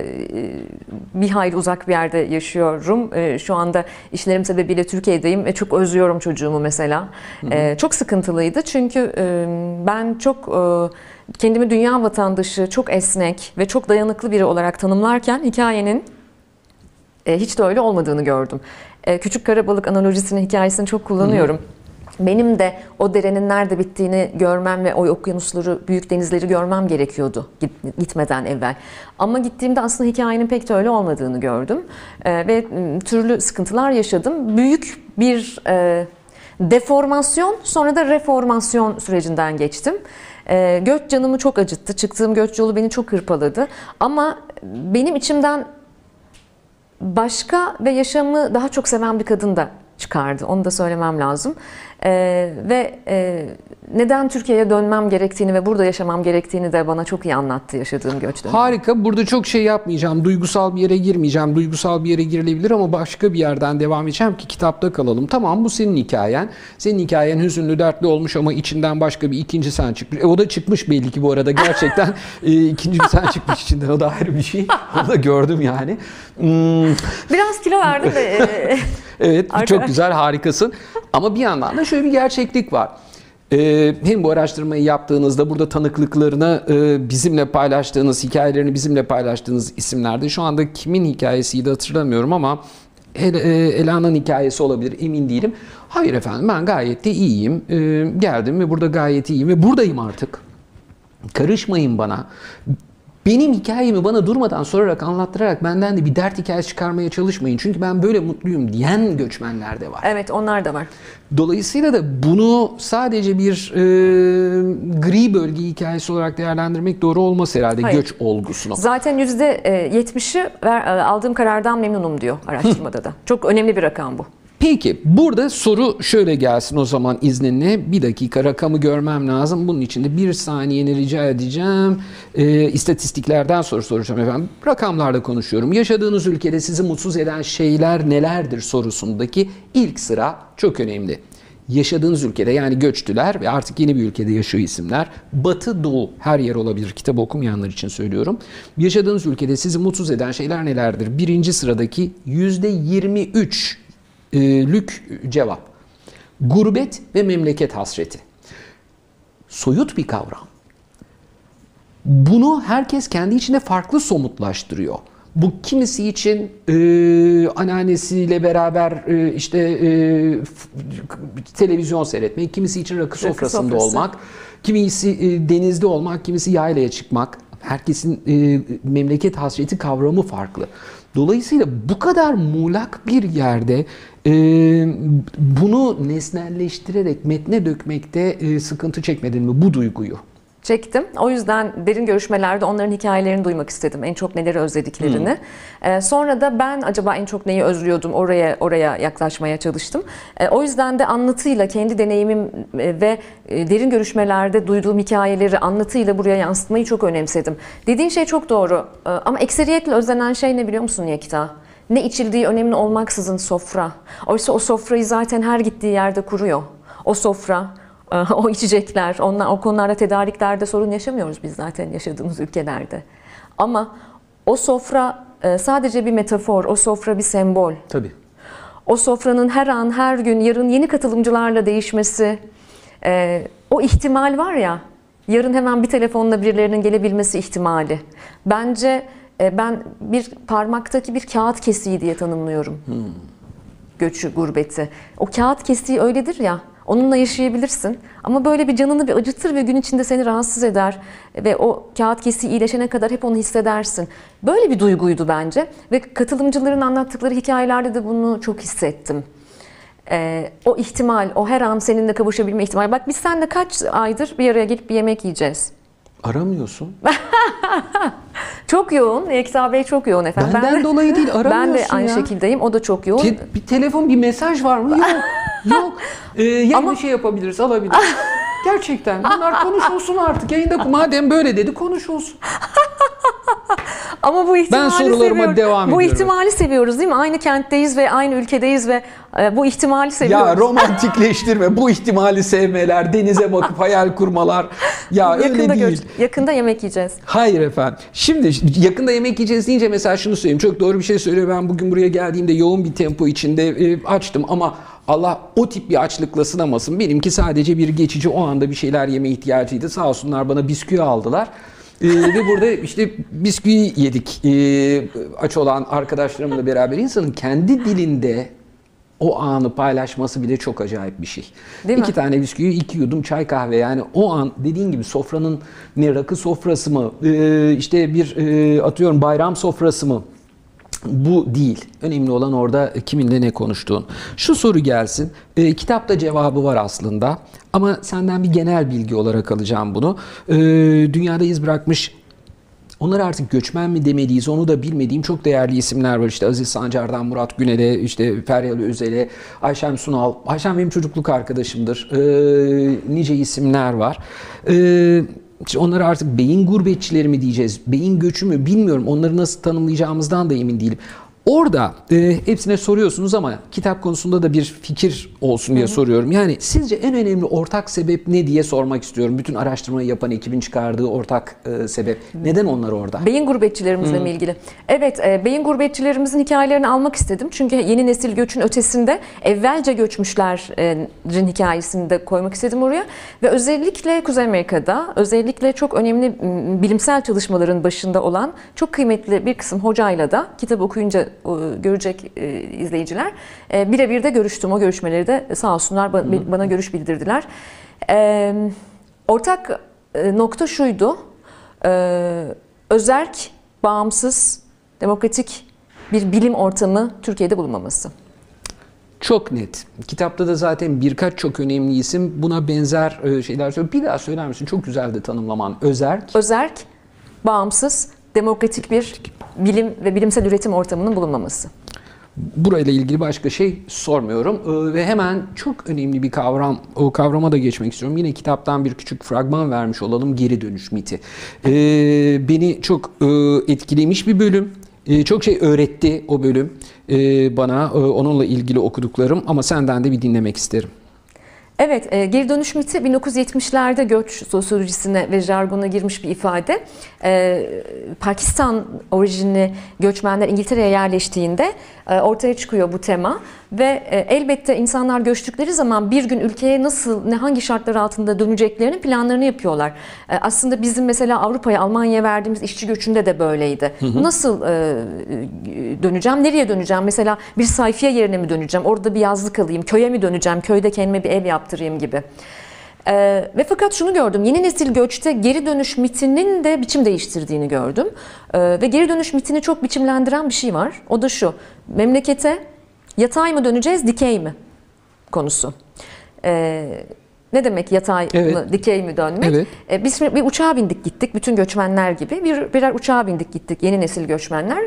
bir hayli uzak bir yerde yaşıyorum. Şu anda işlerim sebebiyle Türkiye'deyim ve çok özlüyorum çocuğumu mesela. Çok sıkıntılıydı çünkü ben çok kendimi dünya vatandaşı, çok esnek ve çok dayanıklı biri olarak tanımlarken hikayenin hiç de öyle olmadığını gördüm. Küçük karabalık analojisinin hikayesini çok kullanıyorum. Benim de o derenin nerede bittiğini görmem ve o okyanusları, büyük denizleri görmem gerekiyordu gitmeden evvel. Ama gittiğimde aslında hikayenin pek de öyle olmadığını gördüm. Ve türlü sıkıntılar yaşadım. Büyük bir deformasyon, sonra da reformasyon sürecinden geçtim. Göç canımı çok acıttı. Çıktığım göç yolu beni çok hırpaladı. Ama benim içimden başka ve yaşamı daha çok seven bir kadın da çıkardı. Onu da söylemem lazım. Ve neden Türkiye'ye dönmem gerektiğini ve burada yaşamam gerektiğini de bana çok iyi anlattı yaşadığım göç dönemi. Harika. Burada çok şey yapmayacağım. Duygusal bir yere girmeyeceğim. Duygusal bir yere girilebilir ama başka bir yerden devam edeceğim ki kitapta kalalım. Tamam, bu senin hikayen. Senin hikayen hüzünlü, dertli olmuş ama içinden başka bir ikinci sen çıkmış. O da çıkmış belli ki bu arada. Gerçekten ikinci bir sen çıkmış içinden. O da ayrı bir şey. Onu da gördüm yani. Biraz kilo verdim de. Evet, çok güzel, harikasın. Ama bir yandan da şöyle bir gerçeklik var. Hem bu araştırmayı yaptığınızda burada tanıklıklarını bizimle paylaştığınız, hikayelerini bizimle paylaştığınız isimlerde, şu anda kimin hikayesiydi hatırlamıyorum ama Ela'nın hikayesi olabilir, emin değilim. Hayır efendim, ben gayet de iyiyim. Geldim ve burada gayet iyiyim ve buradayım artık. Karışmayın bana. Benim hikayemi bana durmadan sorarak, anlattırarak benden de bir dert hikayesi çıkarmaya çalışmayın. Çünkü ben böyle mutluyum diyen göçmenler de var. Evet, onlar da var. Dolayısıyla da bunu sadece bir gri bölge hikayesi olarak değerlendirmek doğru olmaz herhalde. Hayır. Göç olgusunu. Zaten %70'i aldığım karardan memnunum diyor araştırmada da. Çok önemli bir rakam bu. Peki, burada soru şöyle gelsin o zaman izninle. Bir dakika, rakamı görmem lazım. Bunun için de bir saniyeni rica edeceğim. İstatistiklerden soru soracağım efendim. Rakamlarla konuşuyorum. Yaşadığınız ülkede sizi mutsuz eden şeyler nelerdir sorusundaki ilk sıra çok önemli. Yaşadığınız ülkede, yani göçtüler ve artık yeni bir ülkede yaşıyor isimler. Batı, Doğu, her yer olabilir. Kitap okumayanlar için söylüyorum. Yaşadığınız ülkede sizi mutsuz eden şeyler nelerdir? Birinci sıradaki %23 lük cevap. Gurbet ve memleket hasreti. Soyut bir kavram. Bunu herkes kendi içinde farklı somutlaştırıyor. Bu kimisi için anneannesiyle beraber televizyon seyretmek, kimisi için rakı sofrasında olmak, kimisi denizde olmak, kimisi yaylaya çıkmak. Herkesin memleket hasreti kavramı farklı. Dolayısıyla bu kadar muğlak bir yerde bunu nesnelleştirerek metne dökmekte sıkıntı çekmedin mi bu duyguyu? Çektim. O yüzden derin görüşmelerde onların hikayelerini duymak istedim. En çok neleri özlediklerini. Sonra da ben acaba en çok neyi özlüyordum, oraya yaklaşmaya çalıştım. O yüzden de anlatıyla, kendi deneyimim ve derin görüşmelerde duyduğum hikayeleri anlatıyla buraya yansıtmayı çok önemsedim. Dediğin şey çok doğru. Ama ekseriyetle özlenen şey ne biliyor musun Yekta? Ne içildiği önemli olmaksızın sofra. Oysa o sofrayı zaten her gittiği yerde kuruyor. O sofra, o içecekler, o konularda, tedariklerde sorun yaşamıyoruz biz zaten yaşadığımız ülkelerde. Ama o sofra sadece bir metafor, o sofra bir sembol. Tabii. O sofranın her an, her gün, yarın yeni katılımcılarla değişmesi, o ihtimal var ya, yarın hemen bir telefonla birilerinin gelebilmesi ihtimali. Bence ben bir parmaktaki bir kağıt kesiği diye tanımlıyorum. Göçü, gurbeti. O kağıt kesiği öyledir ya. Onunla yaşayabilirsin ama böyle bir canını bir acıtır ve gün içinde seni rahatsız eder ve o kağıt kesiği iyileşene kadar hep onu hissedersin. Böyle bir duyguydu bence ve katılımcıların anlattıkları hikayelerde de bunu çok hissettim. O ihtimal, o her an seninle kavuşabilme ihtimali. Bak biz seninle kaç aydır bir araya gelip bir yemek yiyeceğiz. Aramıyorsun. Çok yoğun. Yekta Bey çok yoğun efendim. Benden dolayı değil, aramıyorsun ya. Ben de aynı şekildeyim. O da çok yoğun. Bir telefon, bir mesaj var mı? Yok. Yok. Yani bir şey yapabiliriz, alabiliriz. Gerçekten. Bunlar konuşulsun artık. Yayında madem böyle dedi, konuşulsun. Ama bu ihtimali sorularıma seviyoruz. devam Bu ediyorum. ihtimali seviyoruz değil mi? Aynı kentteyiz ve aynı ülkedeyiz ve bu ihtimali seviyoruz. Ya romantikleştirme, bu ihtimali sevmeler, denize bakıp hayal kurmalar. Ya öyle değil. Yakında yemek yiyeceğiz. Hayır efendim. Şimdi yakında yemek yiyeceğiz deyince mesela şunu söyleyeyim. Çok doğru bir şey söylüyor. Ben bugün buraya geldiğimde yoğun bir tempo içinde açtım ama Allah o tip bir açlıkla sınamasın. Benimki sadece bir geçici, o anda bir şeyler yeme ihtiyacıydı. Sağ olsunlar bana bisküvi aldılar. Ve burada işte bisküvi yedik. Aç olan arkadaşlarımla beraber insanın kendi dilinde o anı paylaşması bile çok acayip bir şey. Değil mi? 2 tane bisküvi, 2 yudum çay kahve, yani o an dediğin gibi sofranın ne rakı sofrası mı, işte bir atıyorum bayram sofrası mı? Bu değil. Önemli olan orada kiminle ne konuştuğun. Şu soru gelsin. Kitapta cevabı var aslında. Ama senden bir genel bilgi olarak alacağım bunu. Dünyada iz bırakmış, onları artık göçmen mi demeliyiz onu da bilmediğim çok değerli isimler var. İşte Aziz Sancar'dan Murat Günel'e, işte Feryal Özel'e, Ayşem Sunal. Ayşem benim çocukluk arkadaşımdır. Nice isimler var. Onlara artık beyin gurbetçileri mi diyeceğiz, beyin göçü mü bilmiyorum. Onları nasıl tanımlayacağımızdan da emin değilim. Orada hepsine soruyorsunuz ama kitap konusunda da bir fikir olsun diye soruyorum. Yani sizce en önemli ortak sebep ne diye sormak istiyorum. Bütün araştırmayı yapan ekibin çıkardığı ortak sebep. Neden onlar orada? Beyin gurbetçilerimizle mi ilgili? Evet, beyin gurbetçilerimizin hikayelerini almak istedim. Çünkü yeni nesil göçün ötesinde evvelce göçmüşlerin hikayesini de koymak istedim oraya. Ve özellikle Kuzey Amerika'da, özellikle çok önemli bilimsel çalışmaların başında olan çok kıymetli bir kısım hocayla da kitabı okuyunca görecek izleyiciler. Birebir de görüştüm. O görüşmeleri de sağ olsunlar bana görüş bildirdiler. Ortak nokta şuydu. Özerk, bağımsız, demokratik bir bilim ortamı Türkiye'de bulunmaması. Çok net. Kitapta da zaten birkaç çok önemli isim buna benzer şeyler söylüyor. Bir daha söyler misin? Çok güzeldi tanımlaman. Özerk, bağımsız, demokratik bir bilim ve bilimsel üretim ortamının bulunmaması. Burayla ilgili başka şey sormuyorum ve hemen çok önemli bir kavram, o kavrama da geçmek istiyorum. Yine kitaptan bir küçük fragman vermiş olalım, geri dönüş miti. Beni çok etkilemiş bir bölüm. Çok şey öğretti o bölüm bana, onunla ilgili okuduklarım, ama senden de bir dinlemek isterim. Evet, geri dönüş miti 1970'lerde göç sosyolojisine ve jargona girmiş bir ifade. Pakistan orijinli göçmenler İngiltere'ye yerleştiğinde ortaya çıkıyor bu tema ve elbette insanlar göçtükleri zaman bir gün ülkeye nasıl, hangi şartlar altında döneceklerinin planlarını yapıyorlar. Aslında bizim mesela Avrupa'ya, Almanya'ya verdiğimiz işçi göçünde de böyleydi. Nasıl döneceğim, nereye döneceğim? Mesela bir sayfiye yerine mi döneceğim? Orada bir yazlık alayım, köye mi döneceğim? Köyde kendime bir ev yaptırayım gibi. Ve fakat şunu gördüm, yeni nesil göçte geri dönüş mitinin de biçim değiştirdiğini gördüm. Ve geri dönüş mitini çok biçimlendiren bir şey var. O da şu, memlekete yatay mı döneceğiz, dikey mi konusu. Ne demek yatay mı, dikey mi dönmek? Evet. Biz şimdi bir uçağa bindik gittik, bütün göçmenler gibi birer uçağa bindik gittik, yeni nesil göçmenler.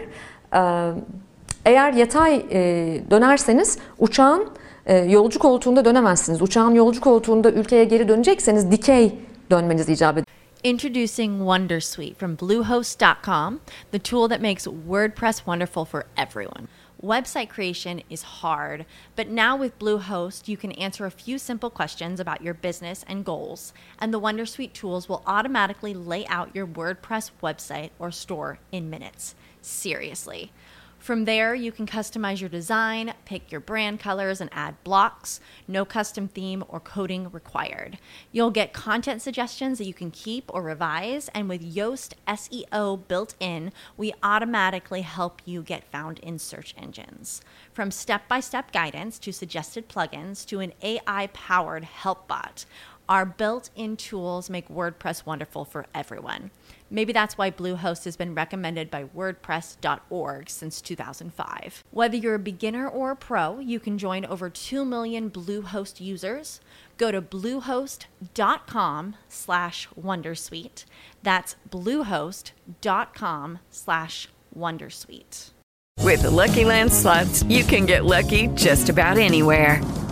Eğer yatay dönerseniz uçağın yolcu koltuğunda dönemezsiniz. Uçağın yolcu koltuğunda ülkeye geri dönecekseniz dikey dönmeniz icap eder. Introducing Wondersuite from Bluehost.com, the tool that makes WordPress wonderful for everyone. Website creation is hard, but now with Bluehost, you can answer a few simple questions about your business and goals, and the Wondersuite tools will automatically lay out your WordPress website or store in minutes. Seriously. From there, you can customize your design, pick your brand colors, and add blocks. No custom theme or coding required. You'll get content suggestions that you can keep or revise, and with Yoast SEO built in, we automatically help you get found in search engines. From step-by-step guidance to suggested plugins to an AI-powered help bot, our built-in tools make WordPress wonderful for everyone. Maybe that's why Bluehost has been recommended by WordPress.org since 2005. Whether you're a beginner or a pro, you can join over 2 million Bluehost users. Go to bluehost.com/wondersuite. That's bluehost.com/wondersuite. With the Lucky Land Slots, you can get lucky just about anywhere.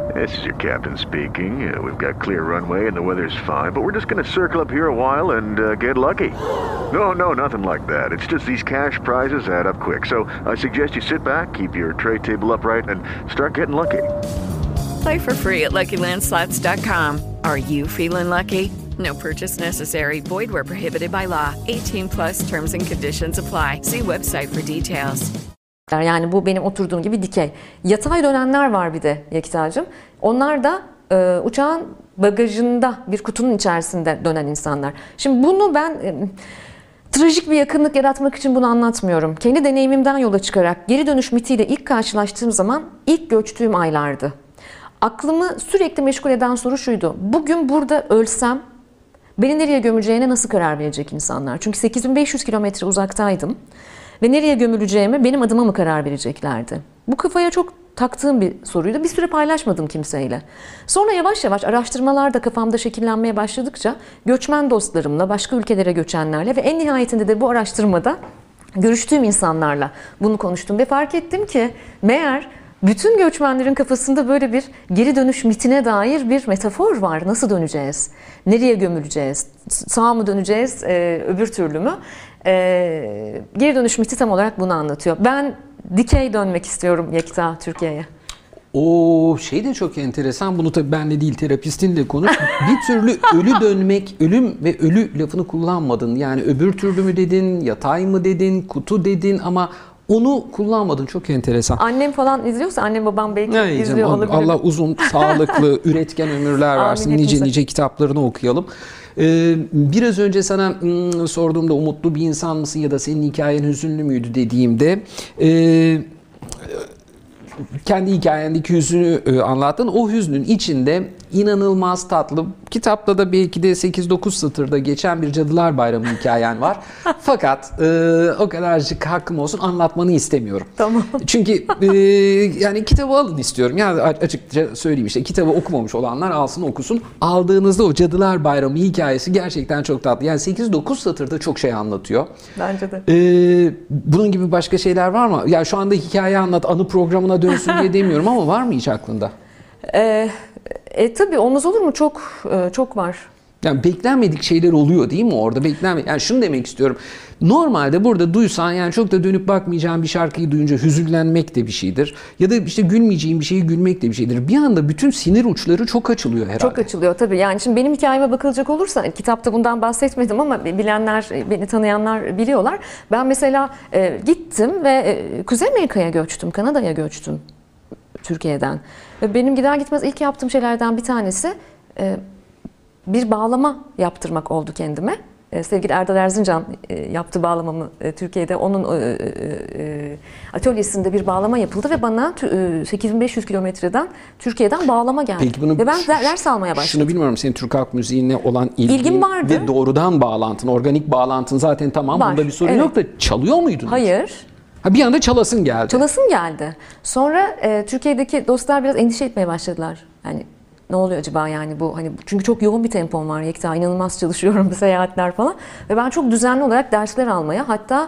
This is your captain speaking. We've got clear runway and the weather's fine, but we're just going to circle up here a while and get lucky. No, nothing like that. It's just these cash prizes add up quick. So I suggest you sit back, keep your tray table upright, and start getting lucky. Play for free at LuckyLandSlots.com. Are you feeling lucky? No purchase necessary. Void where prohibited by law. 18 plus terms and conditions apply. See website for details. Yani bu benim oturduğum gibi dikey. Yatay dönenler var bir de Yekta'cığım. Onlar da uçağın bagajında bir kutunun içerisinde dönen insanlar. Şimdi bunu ben trajik bir yakınlık yaratmak için bunu anlatmıyorum. Kendi deneyimimden yola çıkarak geri dönüş mitiyle ilk karşılaştığım zaman ilk göçtüğüm aylardı. Aklımı sürekli meşgul eden soru şuydu. Bugün burada ölsem beni nereye gömüleceğine nasıl karar verecek insanlar? Çünkü 8500 kilometre uzaktaydım. Ve nereye gömüleceğime benim adıma mı karar vereceklerdi? Bu kafaya çok taktığım bir soruydu. Bir süre paylaşmadım kimseyle. Sonra yavaş yavaş araştırmalar da kafamda şekillenmeye başladıkça göçmen dostlarımla, başka ülkelere göçenlerle ve en nihayetinde de bu araştırmada görüştüğüm insanlarla bunu konuştum. Ve fark ettim ki meğer bütün göçmenlerin kafasında böyle bir geri dönüş mitine dair bir metafor var. Nasıl döneceğiz? Nereye gömüleceğiz? Sağa mı döneceğiz? Öbür türlü mü? Geri dönüş miti tam olarak bunu anlatıyor. Ben dikey dönmek istiyorum Yekta Türkiye'ye. O şey de çok enteresan. Bunu tabii benle değil terapistinle konuş. Bir türlü ölü dönmek, ölüm ve ölü lafını kullanmadın. Yani öbür türlü mü dedin, yatay mı dedin, kutu dedin ama onu kullanmadın. Çok enteresan. Annem falan izliyorsa, annem babam belki izliyor olabilir. Allah uzun, sağlıklı, üretken ömürler versin. Nice kitaplarını okuyalım. Biraz önce sana sorduğumda umutlu bir insan mısın ya da senin hikayen hüzünlü müydü dediğimde kendi hikayendeki hüznü anlattın. O hüznün içinde inanılmaz tatlı, kitapta da belki de 8-9 satırda geçen bir Cadılar Bayramı hikayen var. Fakat o kadarcık hakkım olsun anlatmanı istemiyorum. Tamam. Çünkü yani kitabı alın istiyorum. Yani açıkça söyleyeyim işte kitabı okumamış olanlar alsın okusun. Aldığınızda o Cadılar Bayramı hikayesi gerçekten çok tatlı. Yani 8-9 satırda çok şey anlatıyor. Bence de. Bunun gibi başka şeyler var mı? Ya şu anda hikaye anlat, anı programına dönsün diye demiyorum ama var mı hiç aklında? Tabii olmaz olur mu? Çok var. Yani beklenmedik şeyler oluyor değil mi orada? Yani şunu demek istiyorum. Normalde burada duysan yani çok da dönüp bakmayacağın bir şarkıyı duyunca hüzünlenmek de bir şeydir. Ya da işte gülmeyeceğin bir şeyi gülmek de bir şeydir. Bir anda bütün sinir uçları çok açılıyor herhalde. Çok açılıyor tabii. Yani şimdi benim hikayeme bakılacak olursa kitapta bundan bahsetmedim ama bilenler, beni tanıyanlar biliyorlar. Ben mesela gittim ve Kuzey Amerika'ya göçtüm, Kanada'ya göçtüm Türkiye'den. Ve benim gider gitmez ilk yaptığım şeylerden bir tanesi bir bağlama yaptırmak oldu kendime. Sevgili Erdal Erzincan yaptı bağlamamı Türkiye'de. Onun atölyesinde bir bağlama yapıldı ve bana 8500 kilometreden Türkiye'den bağlama geldi. Peki bunu, ve ben ders almaya başladım. Şunu bilmiyorum, senin Türk halk müziğine olan ilgin vardı. Ve doğrudan bağlantın, organik bağlantın zaten tamam. Var, Bunda bir sorun evet. yok da çalıyor muydun? Hayır. Ha, bir anda çalasın geldi. Çalasım geldi. Sonra Türkiye'deki dostlar biraz endişe etmeye başladılar. Yani ne oluyor acaba yani bu hani çünkü çok yoğun bir tempom var Yekta, inanılmaz çalışıyorum seyahatler falan ve ben çok düzenli olarak dersler almaya hatta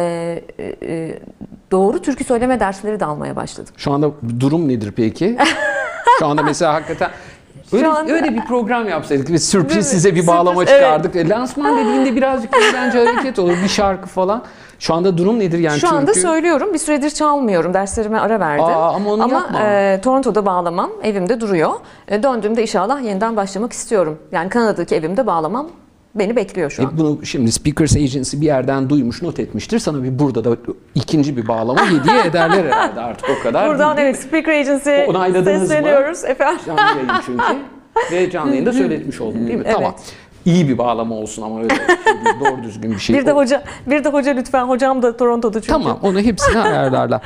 doğru türkü söyleme dersleri de almaya başladım. Şu anda durum nedir peki? Şu anda mesela hakikaten öyle bir program yapsaydık ve sürpriz size bir bağlama çıkardık. Evet. Lansman dediğinde birazcık eğlence hareket olur, bir şarkı falan. Şu anda durum nedir yani? Şu anda söylüyorum, bir süredir çalmıyorum, derslerime ara verdim. Ama Toronto'da bağlamam evimde duruyor. Döndüğümde inşallah yeniden başlamak istiyorum. Yani Kanada'daki evimde bağlamam beni bekliyor şu an. Bunu şimdi Speakers Agency bir yerden duymuş, not etmiştir. Sana burada da ikinci bir bağlama hediye ederler herhalde artık o kadar. Buradan evet Speaker Agency'ye sesleniyoruz efendim. Canlı yayın çünkü. Ve canlı yayında söyletmiş oldum değil mi? Evet. Tamam. İyi bir bağlama olsun ama öyle doğru düzgün bir şey. Bir de hoca lütfen. Hocam da Toronto'da çünkü. Tamam, onu hepsini ayarlarlar.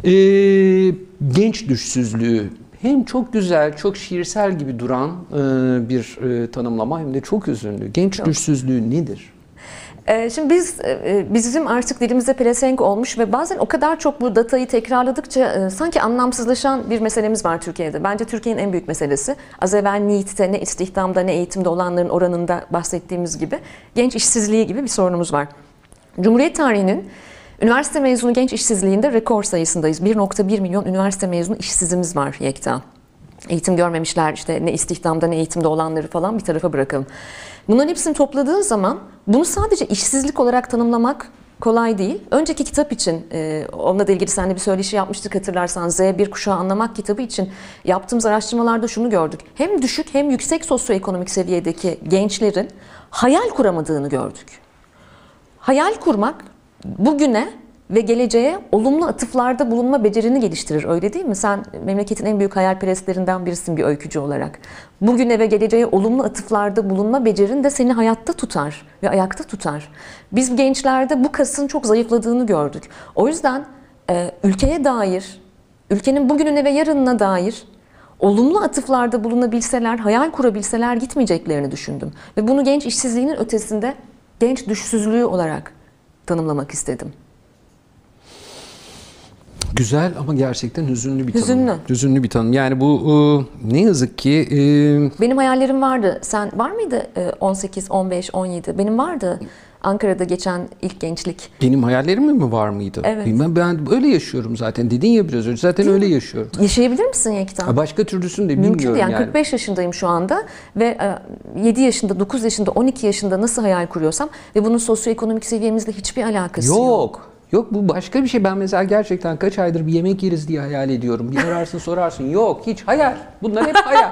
Genç düşsüzlüğü hem çok güzel, çok şiirsel gibi duran bir tanımlama hem de çok hüzünlü. Genç düşsüzlüğü nedir? Şimdi bizim artık dilimize pelesenk olmuş ve bazen o kadar çok bu datayı tekrarladıkça sanki anlamsızlaşan bir meselemiz var Türkiye'de. Bence Türkiye'nin en büyük meselesi. Az evvel NEET'te, ne istihdamda ne eğitimde olanların oranında bahsettiğimiz gibi genç işsizliği gibi bir sorunumuz var. Cumhuriyet tarihinin üniversite mezunu genç işsizliğinde rekor sayısındayız. 1,1 milyon üniversite mezunu işsizimiz var Yekta. eğitim görmemişler, işte ne istihdamda ne eğitimde olanları falan bir tarafa bırakalım. Bunların hepsini topladığın zaman bunu sadece işsizlik olarak tanımlamak kolay değil. Önceki kitap için, onunla da ilgili seninle bir söyleşi yapmıştık hatırlarsan, Z1 kuşağı anlamak kitabı için yaptığımız araştırmalarda şunu gördük. Hem düşük hem yüksek sosyoekonomik seviyedeki gençlerin hayal kuramadığını gördük. Hayal kurmak bugüne ve geleceğe olumlu atıflarda bulunma becerini geliştirir, öyle değil mi? Sen memleketin en büyük hayalperestlerinden birisin bir öykücü olarak. Bugüne ve geleceğe olumlu atıflarda bulunma becerin de seni hayatta tutar ve ayakta tutar. Biz gençlerde bu kasın çok zayıfladığını gördük. O yüzden ülkeye dair, ülkenin bugününe ve yarınına dair olumlu atıflarda bulunabilseler, hayal kurabilseler gitmeyeceklerini düşündüm. Ve bunu genç işsizliğinin ötesinde genç düşsüzlüğü olarak tanımlamak istedim. Güzel ama gerçekten hüzünlü bir tanım. Hüzünlü. Hüzünlü bir tanım. Yani bu ne yazık ki... Benim hayallerim vardı. Sen var mıydı 18, 15, 17? Benim vardı. Ankara'da geçen ilk gençlik. Benim hayallerim mi var mıydı? Evet. Bilmem, ben öyle yaşıyorum zaten. Dedin ya biraz önce. Zaten öyle yaşıyorum. Yaşayabilir misin Yekta? Başka türlüsünü de bilmiyorum Mümkün değil. Yani 45 yaşındayım şu anda ve 7 yaşında, 9 yaşında, 12 yaşında nasıl hayal kuruyorsam ve bunun sosyoekonomik seviyemizle hiçbir alakası yok. Yok, bu başka bir şey. Ben mesela gerçekten kaç aydır bir yemek yeriz diye hayal ediyorum. Bir ararsın sorarsın. Yok, hiç hayal. Bunlar hep hayal.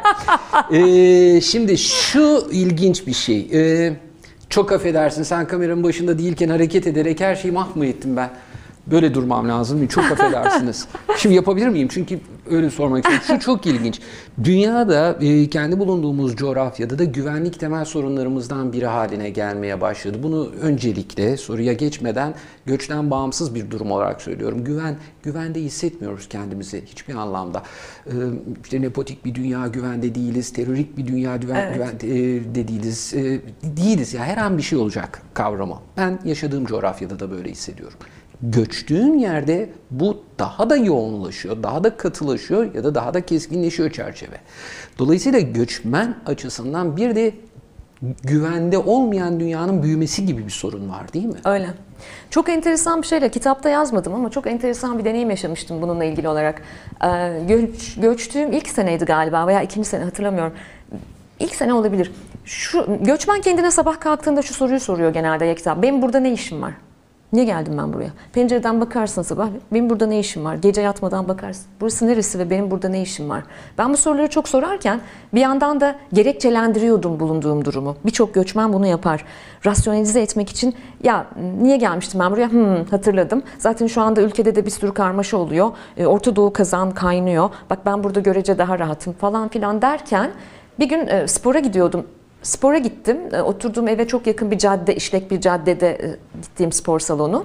Şimdi şu ilginç bir şey. Çok affedersin, sen kameranın başında değilken hareket ederek her şeyi mahv ettim ben. Böyle durmam lazım. Çok affedersiniz. Şimdi yapabilir miyim? Çünkü öyle sormak istiyorum. Şu çok ilginç. Dünyada kendi bulunduğumuz coğrafyada da güvenlik temel sorunlarımızdan biri haline gelmeye başladı. Bunu öncelikle soruya geçmeden göçten bağımsız bir durum olarak söylüyorum. Güvende hissetmiyoruz kendimizi hiçbir anlamda. İşte nepotik bir dünya güvende değiliz. Terörik bir dünya güvende değiliz. Değiliz ya, her an bir şey olacak kavramı. Ben yaşadığım coğrafyada da böyle hissediyorum. Göçtüğün yerde bu daha da yoğunlaşıyor, daha da katılaşıyor ya da daha da keskinleşiyor çerçeve. Dolayısıyla göçmen açısından bir de güvende olmayan dünyanın büyümesi gibi bir sorun var, değil mi? Öyle. Çok enteresan bir şeyle, kitapta yazmadım ama çok enteresan bir deneyim yaşamıştım bununla ilgili olarak. Göçtüğüm ilk seneydi galiba veya ikinci sene, hatırlamıyorum. İlk sene olabilir. Göçmen kendine sabah kalktığında şu soruyu soruyor genelde Yekta. Benim burada ne işim var? Niye geldim ben buraya? Pencereden bakarsın sabah, benim burada ne işim var? Gece yatmadan bakarsın, burası neresi ve benim burada ne işim var? Ben bu soruları çok sorarken bir yandan da gerekçelendiriyordum bulunduğum durumu. Birçok göçmen bunu yapar. Rasyonelize etmek için, ya niye gelmiştim ben buraya? Hatırladım. Zaten şu anda ülkede de bir sürü karmaşa oluyor. Orta Doğu kazan kaynıyor. Bak ben burada görece daha rahatım falan filan derken bir gün spora gidiyordum. Spora gittim. Oturduğum eve çok yakın bir cadde, işlek bir caddede gittiğim spor salonu.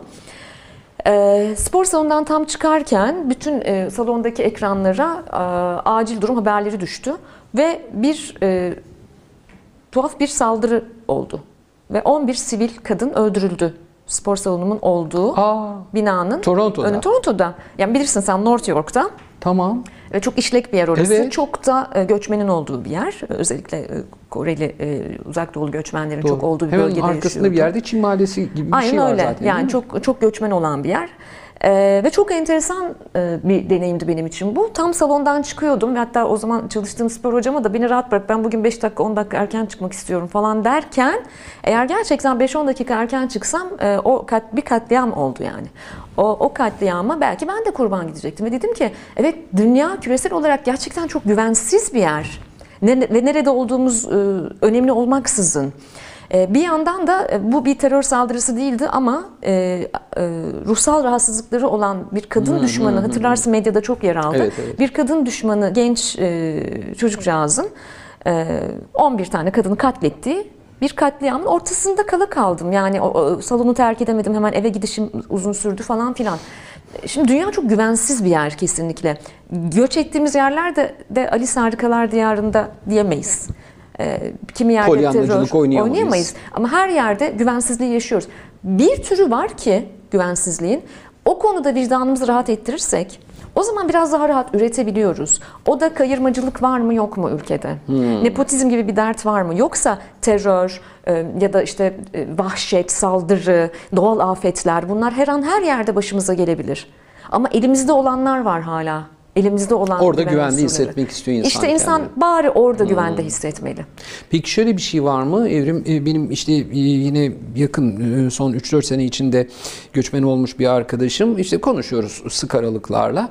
Spor salonundan tam çıkarken bütün salondaki ekranlara acil durum haberleri düştü. Ve tuhaf bir saldırı oldu. Ve 11 sivil kadın öldürüldü. Spor salonumun olduğu binanın Toronto'da. Yani bilirsin sen, North York'ta. Tamam. Ve çok işlek bir yer orası. Evet. Çok da göçmenin olduğu bir yer. Özellikle Koreli uzak doğulu göçmenlerin çok olduğu bir bölgede yaşıyordu. Hemen arkasında bir yerde Çin Mahallesi gibi bir şey var öyle. zaten. Yani çok göçmen olan bir yer. Ve çok enteresan bir deneyimdi benim için bu. Tam salondan çıkıyordum. Hatta o zaman çalıştığım spor hocama da beni rahat bırak, ben bugün 5 dakika 10 dakika erken çıkmak istiyorum falan derken, eğer gerçekten 5-10 dakika erken çıksam bir katliam oldu yani. O katliama belki ben de kurban gidecektim. Ve dedim ki evet, dünya küresel olarak gerçekten çok güvensiz bir yer. Ve nerede olduğumuz önemli olmaksızın. Bir yandan da bu bir terör saldırısı değildi ama ruhsal rahatsızlıkları olan bir kadın düşmanı, hatırlarsın medyada çok yer aldı. Evet. Bir kadın düşmanı genç çocukcağızın 11 tane kadını katlettiği bir katliamın ortasında kaldım. Yani o salonu terk edemedim, hemen eve gidişim uzun sürdü falan filan. Şimdi dünya çok güvensiz bir yer kesinlikle. Göç ettiğimiz yerlerde de Alice Harikalar Diyarı'nda diyemeyiz. Kimi yerde terör oynayamayız. Ama her yerde güvensizliği yaşıyoruz. Bir türü var ki güvensizliğin, o konuda vicdanımızı rahat ettirirsek o zaman biraz daha rahat üretebiliyoruz. O da kayırmacılık var mı yok mu ülkede? Nepotizm gibi bir dert var mı? Yoksa terör ya da işte vahşet, saldırı, doğal afetler, bunlar her an her yerde başımıza gelebilir. Ama elimizde olanlar var hala. Elimizde olan Orada güven güvende unsurları. hissetmek istiyor insan İşte insan kendini. bari orada güvende hissetmeli. Peki şöyle bir şey var mı Evrim? Benim işte yine yakın son 3-4 sene içinde göçmen olmuş bir arkadaşım. İşte konuşuyoruz sık aralıklarla.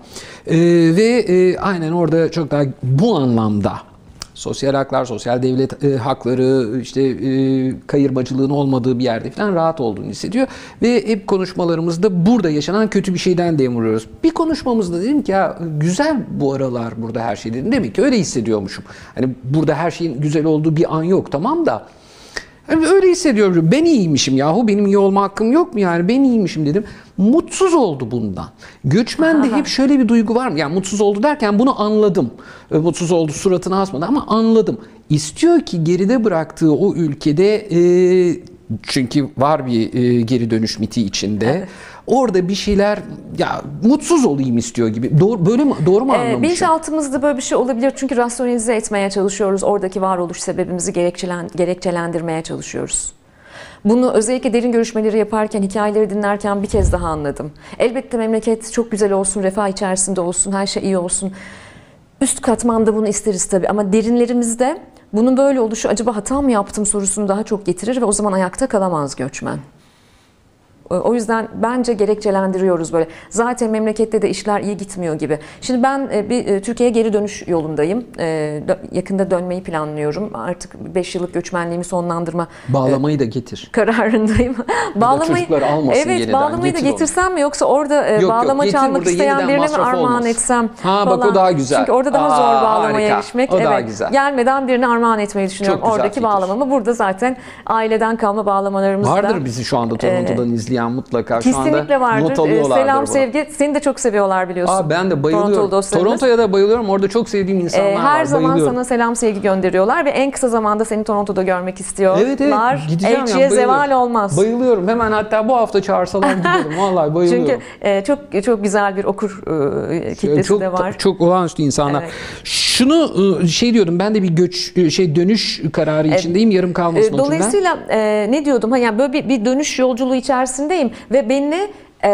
Ve aynen orada çok daha bu anlamda sosyal haklar, sosyal devlet hakları, işte kayırmacılığın olmadığı bir yerde falan rahat olduğunu hissediyor. Ve hep konuşmalarımızda burada yaşanan kötü bir şeyden dem vuruyoruz. Bir konuşmamızda dedim ki ya güzel bu aralar burada her şey dedim. Demek ki öyle hissediyormuşum. Hani burada her şeyin güzel olduğu bir an yok, tamam da. Yani öyle hissediyorum. Ben iyiymişim yahu. Benim iyi olma hakkım yok mu yani? Ben iyiymişim dedim. Mutsuz oldu bundan. Göçmende hep şöyle bir duygu var mı? Yani mutsuz oldu derken bunu anladım. Mutsuz oldu suratına asmadı ama anladım. İstiyor ki geride bıraktığı o ülkede çünkü var bir geri dönüş miti içinde. Evet. Orada bir şeyler ya mutsuz olayım istiyor gibi. Böyle mi, doğru mu anlamışım? Bilinçaltımızda böyle bir şey olabilir çünkü rasyonelize etmeye çalışıyoruz. Oradaki varoluş sebebimizi gerekçelendirmeye çalışıyoruz. Bunu özellikle derin görüşmeleri yaparken, hikayeleri dinlerken bir kez daha anladım. Elbette memleket çok güzel olsun, refah içerisinde olsun, her şey iyi olsun. Üst katmanda bunu isteriz tabii ama derinlerimizde bunun böyle oluşu acaba hata mı yaptım sorusunu daha çok getirir ve o zaman ayakta kalamaz göçmen. O yüzden bence gerekçelendiriyoruz böyle. Zaten memlekette de işler iyi gitmiyor gibi. Şimdi ben bir Türkiye'ye geri dönüş yolundayım. Yakında dönmeyi planlıyorum. Artık 5 yıllık göçmenliğimi sonlandırma bağlamayı da getir. Kararındayım. Çocuklar almasın evet, yeniden. Bağlamayı da getirsem mi yoksa orada bağlama çalmak isteyen birine mi armağan etsem falan. Bak o daha güzel. Çünkü orada daha zor bağlamaya erişmek. O daha güzel. Gelmeden birine armağan etmeyi düşünüyorum. Oradaki bağlamamı. Burada zaten aileden kalma bağlamalarımız vardır bizi şu anda Toronto'dan izleyen mutlaka. Kesinlikle vardır. Selam, sevgi. Seni de çok seviyorlar biliyorsun. Ben de bayılıyorum. Toronto'ya da bayılıyorum. Orada çok sevdiğim insanlar var. Her zaman sana selam, sevgi gönderiyorlar ve en kısa zamanda seni Toronto'da görmek istiyorlar. Evet, gideceğim. Elçiye zeval olmaz. Bayılıyorum. Hemen hatta bu hafta çağırsalar giderim. Vallahi bayılıyorum. Çünkü çok güzel bir okur kitlesi de var. Çok olağanüstü insanlar. Evet. Şunu diyordum. Ben de bir dönüş kararı içindeyim. Yarım kalmasın dolayısıyla ne diyordum? Yani böyle bir dönüş yolculuğu içerisindeyim ve beni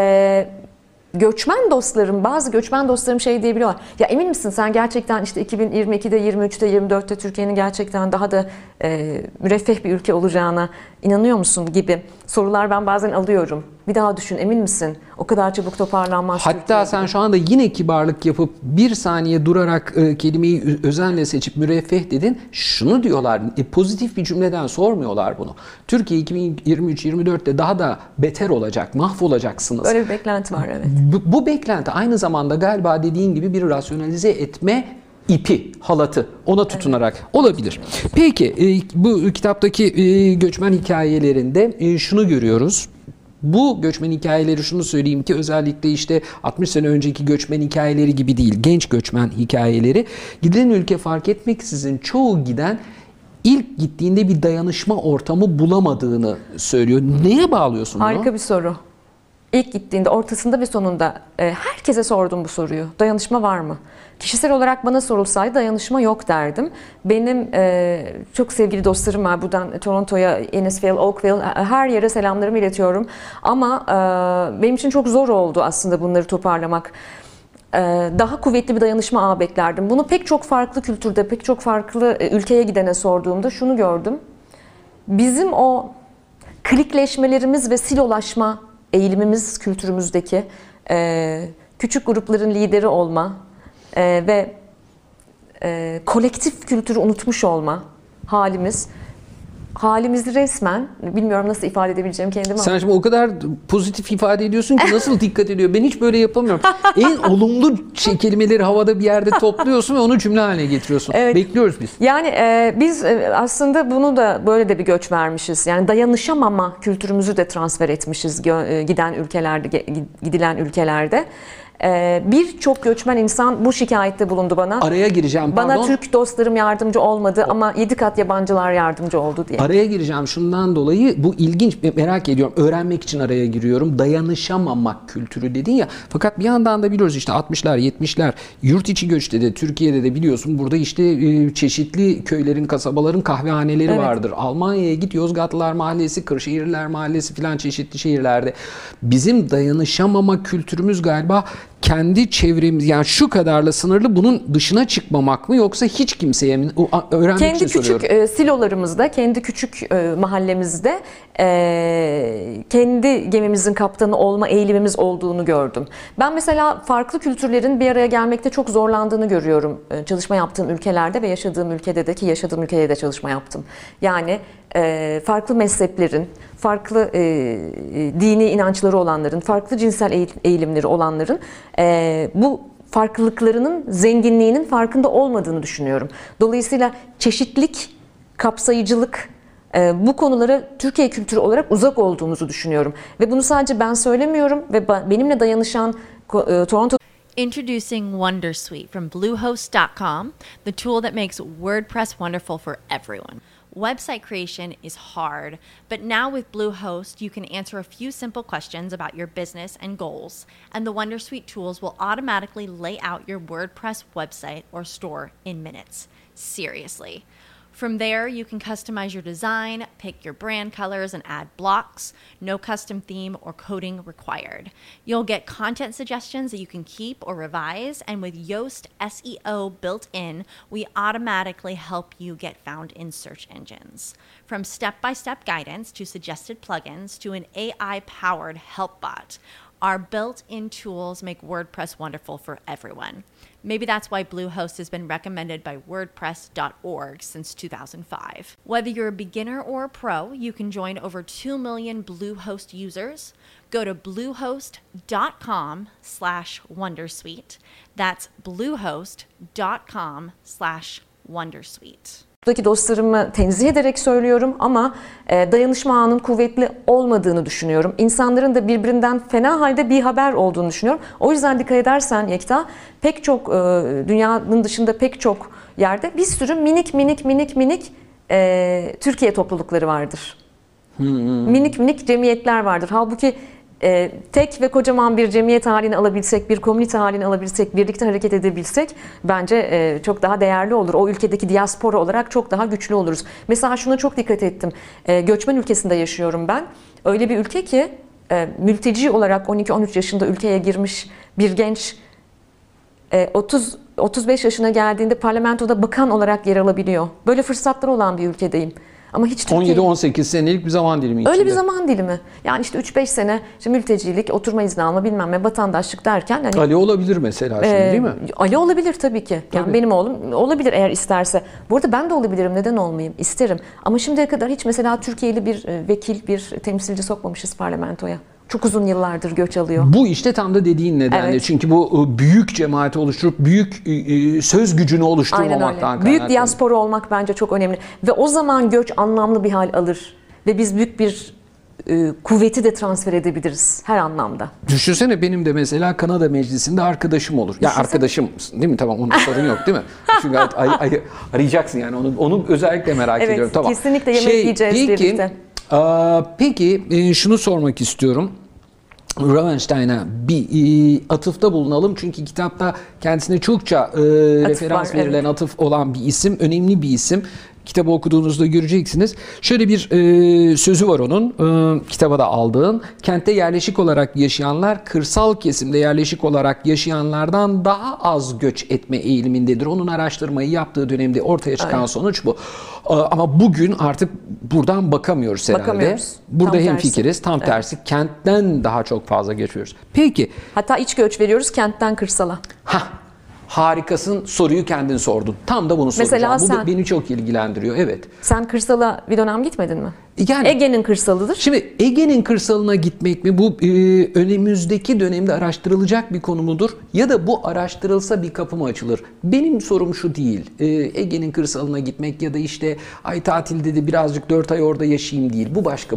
bazı göçmen dostlarım şey diyebiliyorlar. Ya emin misin sen gerçekten işte 2022'de, 23'te, 24'te Türkiye'nin gerçekten daha da müreffeh bir ülke olacağına inanıyor musun gibi sorular ben bazen alıyorum. Bir daha düşün, emin misin? O kadar çabuk toparlanmaz. Hatta sen şu anda yine kibarlık yapıp bir saniye durarak kelimeyi özenle seçip müreffeh dedin. Şunu diyorlar, pozitif bir cümleden sormuyorlar bunu. Türkiye 2023-24'te daha da beter olacak, mahvolacaksınız. Böyle bir beklenti var, evet. Bu beklenti aynı zamanda galiba dediğin gibi bir rasyonalize etme ipi, halatı ona tutunarak olabilir. Peki bu kitaptaki göçmen hikayelerinde şunu görüyoruz. Bu göçmen hikayeleri şunu söyleyeyim ki özellikle işte 60 sene önceki göçmen hikayeleri gibi değil, genç göçmen hikayeleri. Gidilen ülke fark etmeksizin çoğu giden ilk gittiğinde bir dayanışma ortamı bulamadığını söylüyor. Neye bağlıyorsun bunu? Harika bir soru. İlk gittiğinde, ortasında ve sonunda herkese sordum bu soruyu. Dayanışma var mı? Kişisel olarak bana sorulsaydı dayanışma yok derdim. Benim çok sevgili dostlarım var. Buradan Toronto'ya, Innisfail, Oakville her yere selamlarımı iletiyorum. Ama benim için çok zor oldu aslında bunları toparlamak. Daha kuvvetli bir dayanışma ağı beklerdim. Bunu pek çok farklı kültürde, pek çok farklı ülkeye gidene sorduğumda şunu gördüm. Bizim o klikleşmelerimiz ve silolaşma eğilimimiz kültürümüzdeki küçük grupların lideri olma ve kolektif kültürü unutmuş olma halimizi resmen, bilmiyorum nasıl ifade edebileceğim kendimi ama. Sen şimdi o kadar pozitif ifade ediyorsun ki nasıl dikkat ediyor? Ben hiç böyle yapamıyorum. En olumlu kelimeleri havada bir yerde topluyorsun ve onu cümle haline getiriyorsun. Evet. Bekliyoruz biz. Yani biz aslında bunu da böyle de bir göç vermişiz. Yani dayanışamama kültürümüzü de transfer etmişiz gidilen ülkelerde. Birçok göçmen insan bu şikayette bulundu bana. Araya gireceğim, pardon. Bana Türk dostlarım yardımcı olmadı ama 7 kat yabancılar yardımcı oldu diye. Araya gireceğim şundan dolayı, bu ilginç, merak ediyorum. Öğrenmek için araya giriyorum. Dayanışamamak kültürü dedin ya. Fakat bir yandan da biliyoruz işte 60'lar, 70'ler yurt içi göçte de Türkiye'de de biliyorsun burada işte çeşitli köylerin, kasabaların kahvehaneleri vardır. Almanya'ya git, Yozgatlılar Mahallesi, Kırşehirliler Mahallesi filan çeşitli şehirlerde. Bizim dayanışamama kültürümüz galiba kendi çevremiz, yani şu kadarla sınırlı, bunun dışına çıkmamak mı, yoksa hiç kimseye mi? Öğrenmek Kendi için küçük soruyorum. silolarımızda, kendi küçük mahallemizde kendi gemimizin kaptanı olma eğilimimiz olduğunu gördüm. Ben mesela farklı kültürlerin bir araya gelmekte çok zorlandığını görüyorum çalışma yaptığım ülkelerde ve yaşadığım ülkede de, ki yaşadığım ülkede de çalışma yaptım. Yani farklı mezheplerin, farklı dini inançları olanların, farklı cinsel eğilimleri olanların bu farklılıklarının zenginliğinin farkında olmadığını düşünüyorum. Dolayısıyla çeşitlilik, kapsayıcılık, bu konulara Türkiye kültürü olarak uzak olduğumuzu düşünüyorum. Ve bunu sadece ben söylemiyorum ve benimle dayanışan Toronto Introducing Wondersuite from Bluehost.com, the tool that makes WordPress wonderful for everyone. Website creation is hard, but now with Bluehost, you can answer a few simple questions about your business and goals, and the Wondersuite tools will automatically lay out your WordPress website or store in minutes. Seriously. From there, you can customize your design, pick your brand colors, and add blocks. No custom theme or coding required. You'll get content suggestions that you can keep or revise, and with Yoast SEO built in, we automatically help you get found in search engines. From step-by-step guidance to suggested plugins to an AI-powered help bot, our built-in tools make WordPress wonderful for everyone. Maybe that's why Bluehost has been recommended by WordPress.org since 2005. Whether you're a beginner or a pro, you can join over 2 million Bluehost users. Go to bluehost.com/wondersuite. That's bluehost.com/wondersuite. Buradaki dostlarımı tenzih ederek söylüyorum ama dayanışma ağının kuvvetli olmadığını düşünüyorum. İnsanların da birbirinden fena halde bir haber olduğunu düşünüyorum. O yüzden dikkat edersen Yekta, pek çok dünyanın dışında pek çok yerde bir sürü minik Türkiye toplulukları vardır. Minik cemiyetler vardır. Halbuki tek ve kocaman bir cemiyet halini alabilsek, bir komünite halini alabilsek, birlikte hareket edebilsek bence çok daha değerli olur. O ülkedeki diaspora olarak çok daha güçlü oluruz. Mesela şuna çok dikkat ettim. Göçmen ülkesinde yaşıyorum ben. Öyle bir ülke ki mülteci olarak 12-13 yaşında ülkeye girmiş bir genç 35 yaşına geldiğinde parlamentoda bakan olarak yer alabiliyor. Böyle fırsatları olan bir ülkedeyim. Ama hiç 17-18 senelik bir zaman dilimi içinde. Öyle bir zaman dilimi. Yani işte 3-5 sene işte mültecilik, oturma izni alma, bilmem ne, vatandaşlık derken. Hani, Ali olabilir mesela şimdi, değil mi? Ali olabilir tabii ki. Yani Tabii. benim oğlum olabilir eğer isterse. Bu arada ben de olabilirim. Neden olmayayım? İsterim. Ama şimdiye kadar hiç mesela Türkiye'li bir vekil, bir temsilci sokmamışız parlamentoya. Çok uzun yıllardır göç alıyor. Bu işte tam da dediğin nedenle. Evet. Çünkü bu büyük cemaati oluşturup büyük söz gücünü oluşturmamaktan kaynaklı. Büyük diaspora olmak bence çok önemli. Ve o zaman göç anlamlı bir hal alır. Ve biz büyük bir kuvveti de transfer edebiliriz her anlamda. Düşünsene, benim de mesela Kanada Meclisi'nde arkadaşım olur. Ya arkadaşımsın değil mi? Tamam, onun sorun yok değil mi? Çünkü arayacaksın yani, onu özellikle merak ediyorum. Evet, tamam. Kesinlikle yemek yiyeceğiz birlikte. Peki şunu sormak istiyorum. Ravenstein'a bir atıfta bulunalım. Çünkü kitapta kendisine çokça referans verilen, atıf olan bir isim. Önemli bir isim. Kitabı okuduğunuzda göreceksiniz. Şöyle bir sözü var onun, kitaba da aldığın. Kentte yerleşik olarak yaşayanlar, kırsal kesimde yerleşik olarak yaşayanlardan daha az göç etme eğilimindedir. Onun araştırmayı yaptığı dönemde ortaya çıkan sonuç bu. Ama bugün artık buradan bakamıyoruz herhalde. Bakamıyoruz. Burada hemfikiriz. Tam tersi. Kentten daha çok fazla geçiyoruz. Peki. Hatta iç göç veriyoruz kentten kırsala. Harikasın, soruyu kendin sordun. Tam da bunu soracağım. Bu beni çok ilgilendiriyor. Evet. Sen kırsala bir dönem gitmedin mi? Yani, Ege'nin kırsalıdır. Şimdi Ege'nin kırsalına gitmek mi? Bu önümüzdeki dönemde araştırılacak bir konu mudur? Ya da bu araştırılsa bir kapı mı açılır? Benim sorum şu değil. Ege'nin kırsalına gitmek ya da işte ay tatilde de birazcık 4 ay orada yaşayayım değil. Bu başka.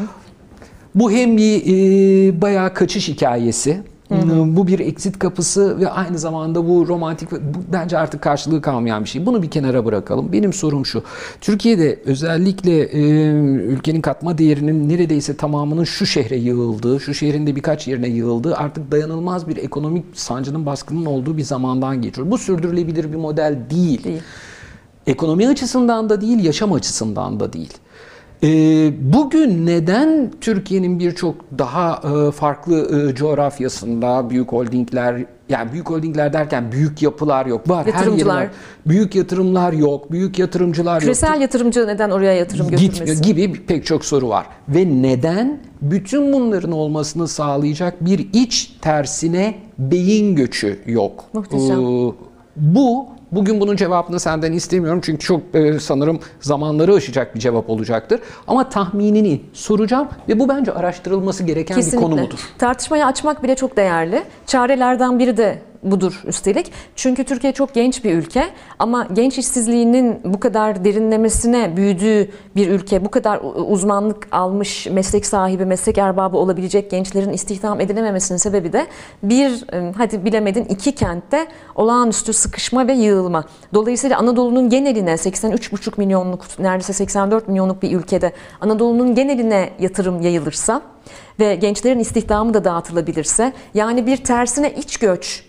Bu hem bir bayağı kaçış hikayesi. Bu bir exit kapısı ve aynı zamanda bu romantik, bence artık karşılığı kalmayan bir şey. Bunu bir kenara bırakalım. Benim sorum şu. Türkiye'de özellikle ülkenin katma değerinin neredeyse tamamının şu şehre yığıldığı, şu şehrin de birkaç yerine yığıldığı, artık dayanılmaz bir ekonomik sancının, baskının olduğu bir zamandan geçiyor. Bu sürdürülebilir bir model değil. Ekonomi açısından da değil, yaşam açısından da değil. Bugün neden Türkiye'nin birçok daha farklı coğrafyasında büyük holdingler, yani büyük holdingler derken büyük yapılar yok. Var, yatırımcılar. Her yerine büyük yatırımlar yok, büyük yatırımcılar yok. Küresel yatırımcı neden oraya yatırım götürmesi? Gibi pek çok soru var. Ve neden bütün bunların olmasını sağlayacak bir iç tersine beyin göçü yok? Muhteşem. Bugün bunun cevabını senden istemiyorum çünkü çok sanırım zamanları aşacak bir cevap olacaktır. Ama tahminini soracağım ve bu bence araştırılması gereken bir konu mudur? Tartışmayı açmak bile çok değerli. Çarelerden biri de budur üstelik. Çünkü Türkiye çok genç bir ülke ama genç işsizliğinin bu kadar derinlemesine büyüdüğü bir ülke, bu kadar uzmanlık almış meslek sahibi, meslek erbabı olabilecek gençlerin istihdam edilememesinin sebebi de hadi bilemedin 2 kentte olağanüstü sıkışma ve yığılma. Dolayısıyla Anadolu'nun geneline 83,5 milyonluk, neredeyse 84 milyonluk bir ülkede Anadolu'nun geneline yatırım yayılırsa ve gençlerin istihdamı da dağıtılabilirse, yani bir tersine iç göç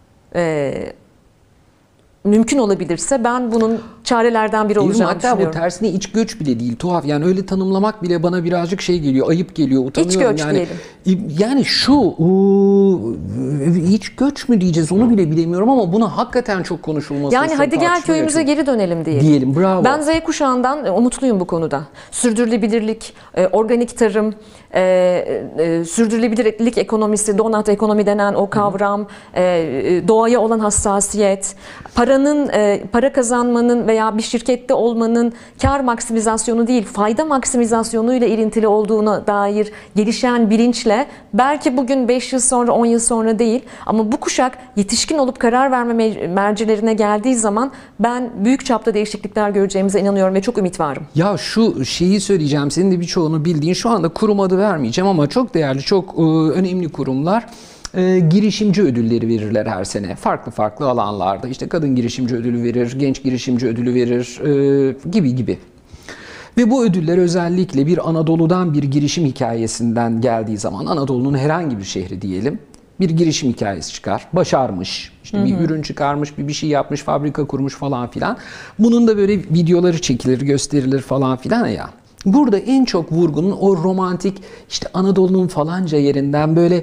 mümkün olabilirse ben bunun çarelerden biri olacağını düşünüyorum. Hatta bu tersine iç göç bile değil, tuhaf. Yani öyle tanımlamak bile bana birazcık şey geliyor, ayıp geliyor, utanıyorum. İç göç diyelim. Yani iç göç mü diyeceğiz onu bile bilemiyorum ama buna hakikaten çok konuşulması. Yani hadi gel köyümüze geri dönelim diyelim. Bravo. Ben Z kuşağından umutluyum bu konuda. Sürdürülebilirlik, organik tarım, sürdürülebilirlik ekonomisi, donut ekonomi denen o kavram, doğaya olan hassasiyet, para kazanmanın veya bir şirkette olmanın kar maksimizasyonu değil, fayda maksimizasyonuyla ilintili olduğuna dair gelişen bilinçle belki bugün 5 yıl sonra, 10 yıl sonra değil ama bu kuşak yetişkin olup karar verme mercilerine geldiği zaman ben büyük çapta değişiklikler göreceğimize inanıyorum ve çok ümit varım. Ya şu şeyi söyleyeceğim, senin de birçoğunu bildiğin, şu anda kurum adı vermeyeceğim ama çok değerli, çok önemli kurumlar girişimci ödülleri verirler her sene. Farklı alanlarda. İşte kadın girişimci ödülü verir, genç girişimci ödülü verir gibi. Ve bu ödüller özellikle bir Anadolu'dan bir girişim hikayesinden geldiği zaman, Anadolu'nun herhangi bir şehri diyelim, bir girişim hikayesi çıkar. Başarmış, işte bir ürün çıkarmış, bir şey yapmış, fabrika kurmuş falan filan. Bunun da böyle videoları çekilir, gösterilir falan filan ya. Burada en çok vurgunun o romantik, işte Anadolu'nun falanca yerinden böyle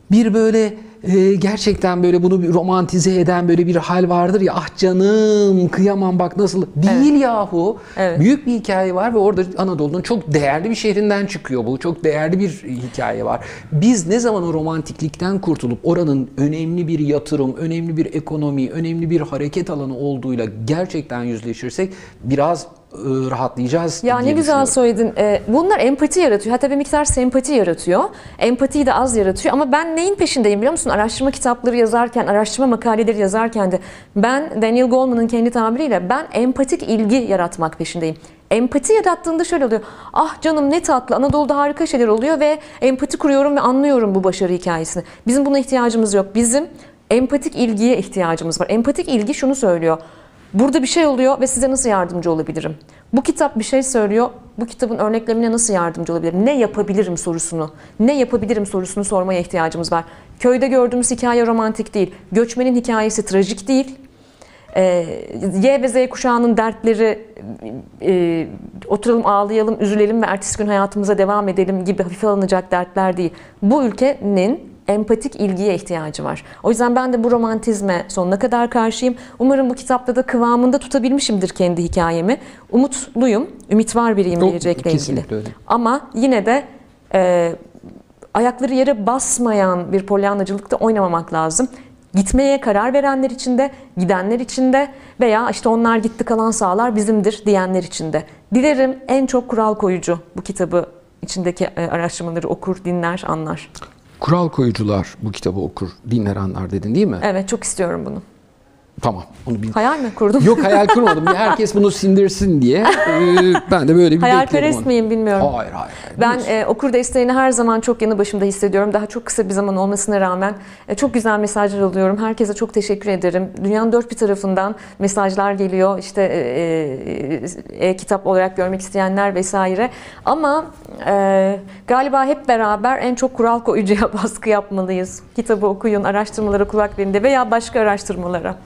gerçekten böyle bunu bir romantize eden böyle bir hal vardır ya, ah canım kıyamam bak nasıl değil yahu. Evet. Büyük bir hikaye var ve orada Anadolu'nun çok değerli bir şehrinden çıkıyor bu. Çok değerli bir hikaye var. Biz ne zaman o romantiklikten kurtulup oranın önemli bir yatırım, önemli bir ekonomi, önemli bir hareket alanı olduğuyla gerçekten yüzleşirsek biraz rahatlayacağız. Ya ne güzel söyledin. Bunlar empati yaratıyor. Hatta bir miktar sempati yaratıyor. Empatiyi de az yaratıyor. Ama ben neyin peşindeyim biliyor musun? Araştırma kitapları yazarken, araştırma makaleleri yazarken de ben Daniel Goleman'ın kendi tabiriyle ben empatik ilgi yaratmak peşindeyim. Empati yarattığında şöyle oluyor. Ah canım ne tatlı, Anadolu'da harika şeyler oluyor ve empati kuruyorum ve anlıyorum bu başarı hikayesini. Bizim buna ihtiyacımız yok. Bizim empatik ilgiye ihtiyacımız var. Empatik ilgi şunu söylüyor. Burada bir şey oluyor ve size nasıl yardımcı olabilirim? Bu kitap bir şey söylüyor. Bu kitabın örneklemine nasıl yardımcı olabilirim? Ne yapabilirim sorusunu sormaya ihtiyacımız var. Köyde gördüğümüz hikaye romantik değil. Göçmenin hikayesi trajik değil. Y ve Z kuşağının dertleri oturalım ağlayalım, üzülelim ve ertesi gün hayatımıza devam edelim gibi hafife alınacak dertler değil. Bu ülkenin empatik ilgiye ihtiyacı var. O yüzden ben de bu romantizme sonuna kadar karşıyım. Umarım bu kitapta da kıvamında tutabilmişimdir kendi hikayemi. Umutluyum, ümit var biriyim gelecekle ilgili. Öyle. Ama yine de ayakları yere basmayan bir polyanacılıkta oynamamak lazım. Gitmeye karar verenler için de, gidenler için de veya işte onlar gitti kalan sahalar bizimdir diyenler için de. Dilerim en çok kural koyucu bu kitabı içindeki araştırmaları okur, dinler, anlar. Kural koyucular bu kitabı okur, dinler, anlar dedin değil mi? Evet, çok istiyorum bunu. Tamam. Onu Hayal mi kurdum? Yok, hayal kurmadım. Herkes bunu sindirsin diye. Ben de böyle bir hayalperest miyim bilmiyorum. Hayır. Ben okur desteğini her zaman çok yanı başımda hissediyorum. Daha çok kısa bir zaman olmasına rağmen çok güzel mesajlar alıyorum. Herkese çok teşekkür ederim. Dünyanın dört bir tarafından mesajlar geliyor. İşte kitap olarak görmek isteyenler vesaire. Ama galiba hep beraber en çok kural koyucuya baskı yapmalıyız. Kitabı okuyun, araştırmalara kulak verin de veya başka araştırmalara.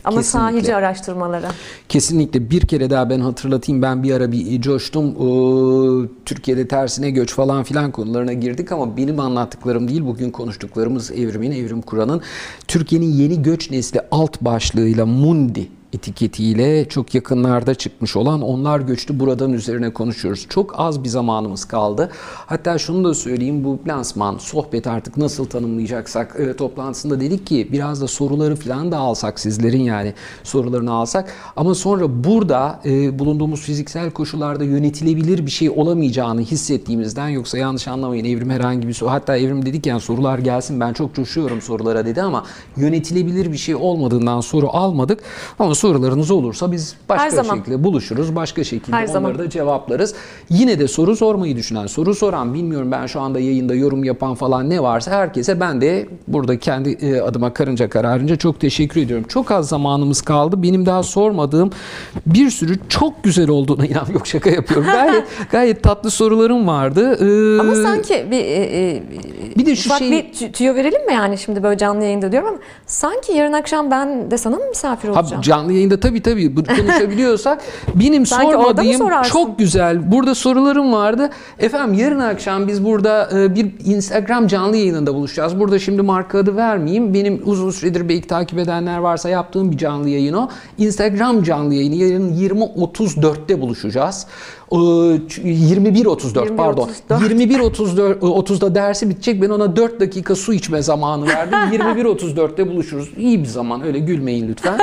Ama Kesinlikle. sahici araştırmalara. Kesinlikle. Bir kere daha ben hatırlatayım. Ben bir ara bir coştum. Türkiye'de tersine göç falan filan konularına girdik ama benim anlattıklarım değil. Bugün konuştuklarımız Evrim Kur'an'ın Türkiye'nin yeni göç nesli alt başlığıyla Mundi etiketiyle çok yakınlarda çıkmış olan Onlar Göçtü Buradan üzerine konuşuyoruz. Çok az bir zamanımız kaldı. Hatta şunu da söyleyeyim, bu lansman, sohbet artık nasıl tanımlayacaksak toplantısında dedik ki biraz da soruları falan da alsak, sizlerin yani sorularını alsak ama sonra burada bulunduğumuz fiziksel koşullarda yönetilebilir bir şey olamayacağını hissettiğimizden, yoksa yanlış anlamayın Evrim herhangi bir soru, hatta Evrim dedik yani sorular gelsin ben çok coşuyorum sorulara dedi ama yönetilebilir bir şey olmadığından soru almadık ama sorularınız olursa biz başka şekilde buluşuruz. Başka şekilde onları da cevaplarız. Yine de soru sormayı düşünen, soru soran, bilmiyorum ben şu anda yayında yorum yapan falan ne varsa herkese ben de burada kendi adıma karınca kararınca çok teşekkür ediyorum. Çok az zamanımız kaldı. Benim daha sormadığım bir sürü çok güzel olduğuna inan. Yok şaka yapıyorum. Gayet tatlı sorularım vardı. Ama sanki bir de şu bir tüyo verelim mi yani şimdi böyle canlı yayında diyorum ama sanki yarın akşam ben de sana mı misafir olacağım? Canlı yayında tabii konuşabiliyorsak benim sormadığım çok güzel burada sorularım vardı. Efendim yarın akşam biz burada bir Instagram canlı yayınında buluşacağız. Burada şimdi marka adı vermeyeyim. Benim uzun süredir belki takip edenler varsa yaptığım bir canlı yayın o. Instagram canlı yayını yarın 20.34'te buluşacağız. 21.34 pardon. 21.30'da dersi bitecek. Ben ona 4 dakika su içme zamanı verdim. 21.34'te buluşuruz. İyi bir zaman. Öyle gülmeyin lütfen.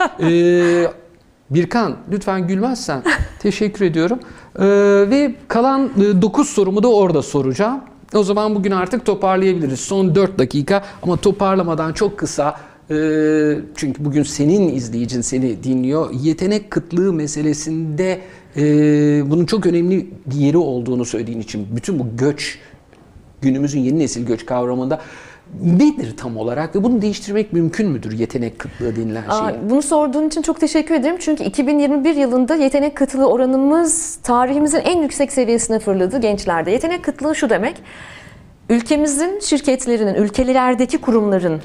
Birkan lütfen gülmezsen teşekkür ediyorum. Ve kalan 9 sorumu da orada soracağım. O zaman bugün artık toparlayabiliriz. Son 4 dakika ama toparlamadan çok kısa. Çünkü bugün senin izleyicin seni dinliyor. Yetenek kıtlığı meselesinde bunun çok önemli bir yeri olduğunu söylediğin için bütün bu göç, günümüzün yeni nesil göç kavramında nedir tam olarak ve bunu değiştirmek mümkün müdür yetenek kıtlığı denilen şey? Bunu sorduğun için çok teşekkür ederim. Çünkü 2021 yılında yetenek kıtlığı oranımız tarihimizin en yüksek seviyesine fırladı gençlerde. Yetenek kıtlığı şu demek: ülkemizin şirketlerinin, ülkelerdeki kurumların,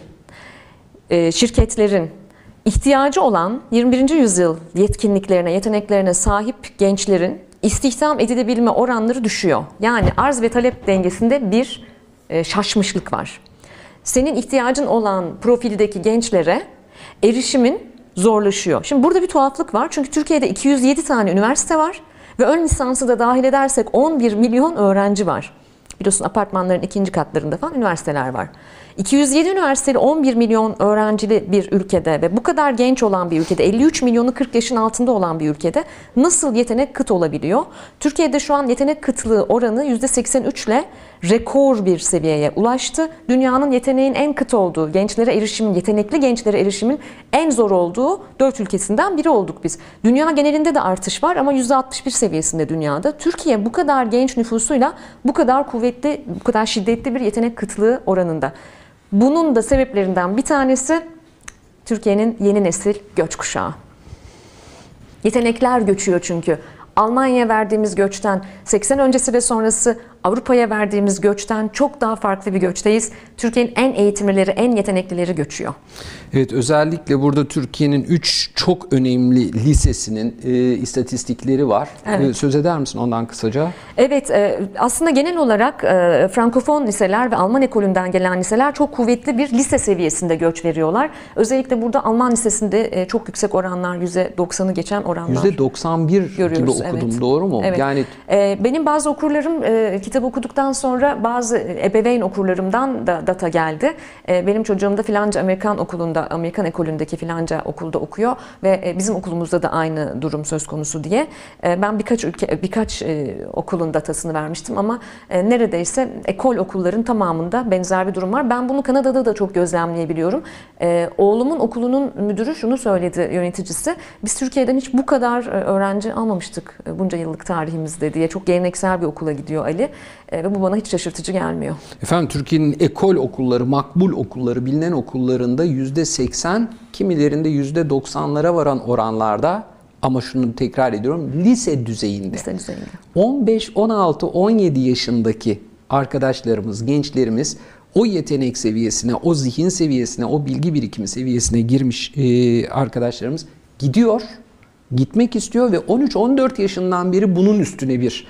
şirketlerin ihtiyacı olan 21. yüzyıl yetkinliklerine, yeteneklerine sahip gençlerin istihdam edilebilme oranları düşüyor. Yani arz ve talep dengesinde bir şaşmışlık var. Senin ihtiyacın olan profildeki gençlere erişimin zorlaşıyor. Şimdi burada bir tuhaflık var. Çünkü Türkiye'de 207 tane üniversite var ve ön lisansı da dahil edersek 11 milyon öğrenci var. Biliyorsun apartmanların ikinci katlarında falan üniversiteler var. 207 üniversiteli 11 milyon öğrencili bir ülkede ve bu kadar genç olan bir ülkede, 53 milyonu 40 yaşın altında olan bir ülkede nasıl yetenek kıt olabiliyor? Türkiye'de şu an yetenek kıtlığı oranı %83 ile rekor bir seviyeye ulaştı. Dünyanın yeteneğin en kıt olduğu, gençlere erişimin, yetenekli gençlere erişimin en zor olduğu 4 ülkesinden biri olduk biz. Dünya genelinde de artış var ama %61 seviyesinde dünyada. Türkiye bu kadar genç nüfusuyla bu kadar kuvvetli, bu kadar şiddetli bir yetenek kıtlığı oranında. Bunun da sebeplerinden bir tanesi Türkiye'nin yeni nesil göç kuşağı. Yetenekler göçüyor çünkü. Almanya'ya verdiğimiz göçten, 80 öncesi ve sonrası Avrupa'ya verdiğimiz göçten çok daha farklı bir göçteyiz. Türkiye'nin en eğitimlileri, en yeteneklileri göçüyor. Evet, özellikle burada Türkiye'nin 3 çok önemli lisesinin istatistikleri var. Evet. Söz eder misin ondan kısaca? Evet, aslında genel olarak Frankofon liseler ve Alman ekolünden gelen liseler çok kuvvetli bir lise seviyesinde göç veriyorlar. Özellikle burada Alman lisesinde çok yüksek oranlar, %90'ı geçen oranlar. %91 görüyoruz, gibi okudum, evet. doğru mu? Evet. Yani benim bazı okurlarım kitabı okuduktan sonra bazı ebeveyn okurlarımdan da data geldi. Benim çocuğum da filanca Amerikan okulunda, Amerikan ekolündeki filanca okulda okuyor ve bizim okulumuzda da aynı durum söz konusu diye. Ben birkaç okulun datasını vermiştim ama neredeyse ekol okulların tamamında benzer bir durum var. Ben bunu Kanada'da da çok gözlemleyebiliyorum. Oğlumun okulunun müdürü şunu söyledi, yöneticisi: biz Türkiye'den hiç bu kadar öğrenci almamıştık bunca yıllık tarihimizde diye. Çok geleneksel bir okula gidiyor Ali ve bu bana hiç şaşırtıcı gelmiyor. Efendim, Türkiye'nin ekol okulları, makbul okulları, bilinen okullarında %80, kimilerinde %90'lara varan oranlarda, ama şunu tekrar ediyorum, lise düzeyinde. Lise düzeyinde. 15, 16, 17 yaşındaki arkadaşlarımız, gençlerimiz o yetenek seviyesine, o zihin seviyesine, o bilgi birikimi seviyesine girmiş arkadaşlarımız gidiyor, gitmek istiyor ve 13-14 yaşından beri bunun üstüne bir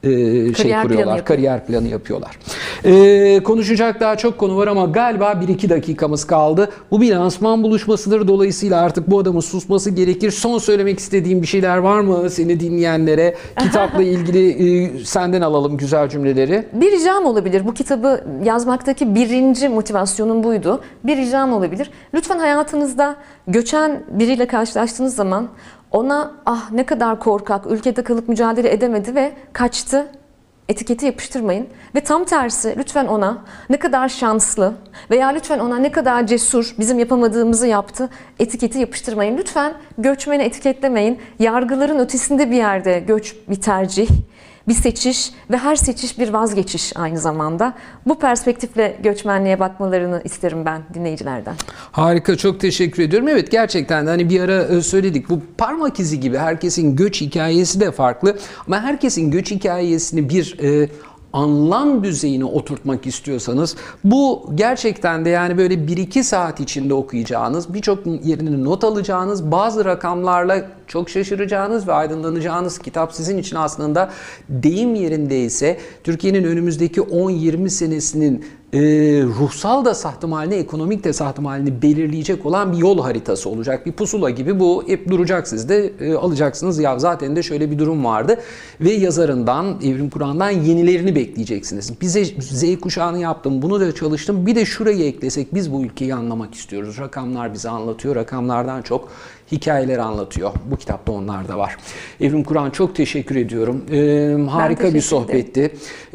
kariyer planı yapıyorlar. Konuşacak daha çok konu var ama galiba 1-2 dakikamız kaldı. Bu bir lansman buluşmasıdır. Dolayısıyla artık bu adamın susması gerekir. Son söylemek istediğim bir şeyler var mı seni dinleyenlere? Kitapla ilgili senden alalım güzel cümleleri. Bir ricam olabilir. Bu kitabı yazmaktaki birinci motivasyonum buydu. Bir ricam olabilir. Lütfen hayatınızda göçen biriyle karşılaştığınız zaman ona ah ne kadar korkak, ülkede kalıp mücadele edemedi ve kaçtı etiketi yapıştırmayın. Ve tam tersi lütfen ona ne kadar şanslı veya lütfen ona ne kadar cesur, bizim yapamadığımızı yaptı etiketi yapıştırmayın. Lütfen göçmeni etiketlemeyin. Yargıların ötesinde bir yerde göç bir tercih, bir seçiş ve her seçiş bir vazgeçiş aynı zamanda. Bu perspektifle göçmenliğe bakmalarını isterim ben dinleyicilerden. Harika, çok teşekkür ediyorum. Evet, gerçekten de hani bir ara söyledik, bu parmak izi gibi herkesin göç hikayesi de farklı. Ama herkesin göç hikayesini bir anlam düzeyine oturtmak istiyorsanız bu gerçekten de yani böyle 1-2 saat içinde okuyacağınız, birçok yerini not alacağınız, bazı rakamlarla çok şaşıracağınız ve aydınlanacağınız kitap sizin için aslında deyim yerindeyse Türkiye'nin önümüzdeki 10-20 senesinin ruhsal da sahtim halini, ekonomik de sahtim halini belirleyecek olan bir yol haritası olacak. Bir pusula gibi bu hep duracak, siz de alacaksınız. Ya zaten de şöyle bir durum vardı ve yazarından, Evrim Kur'an'dan yenilerini bekleyeceksiniz. Bize Z kuşağını yaptım, bunu da çalıştım. Bir de şurayı eklesek biz bu ülkeyi anlamak istiyoruz. Rakamlar bize anlatıyor. Rakamlardan çok hikayeler anlatıyor. Bu kitapta onlar da var. Evrim Kur'an, çok teşekkür ediyorum. Harika bir sohbetti.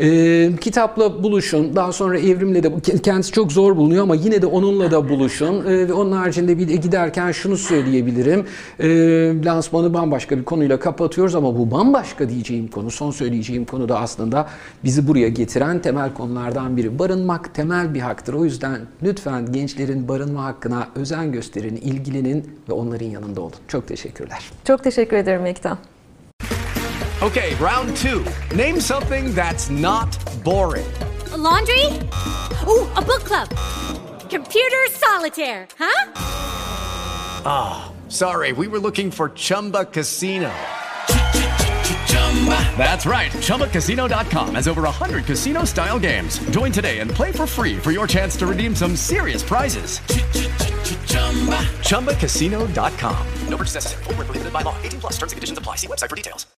Kitapla buluşun. Daha sonra Evrim'le de, kendisi çok zor bulunuyor ama yine de onunla da buluşun. Ve onun haricinde bir de giderken şunu söyleyebilirim. Lansmanı bambaşka bir konuyla kapatıyoruz ama bu bambaşka diyeceğim konu, son söyleyeceğim konu da aslında bizi buraya getiren temel konulardan biri. Barınmak temel bir haktır. O yüzden lütfen gençlerin barınma hakkına özen gösterin, ilgilenin ve onların yanında olun. Çok teşekkürler. Çok teşekkür ederim Ekta. Okay, round 2. Name something that's not boring. A laundry? Ooh, a book club. Computer solitaire, huh? Sorry, we were looking for Chumba Casino. That's right. ChumbaCasino.com has over 100 casino-style games. Join today and play for free for your chance to redeem some serious prizes. ChumbaCasino.com. No purchase necessary. Void where prohibited by law. 18+ terms and conditions apply. See website for details.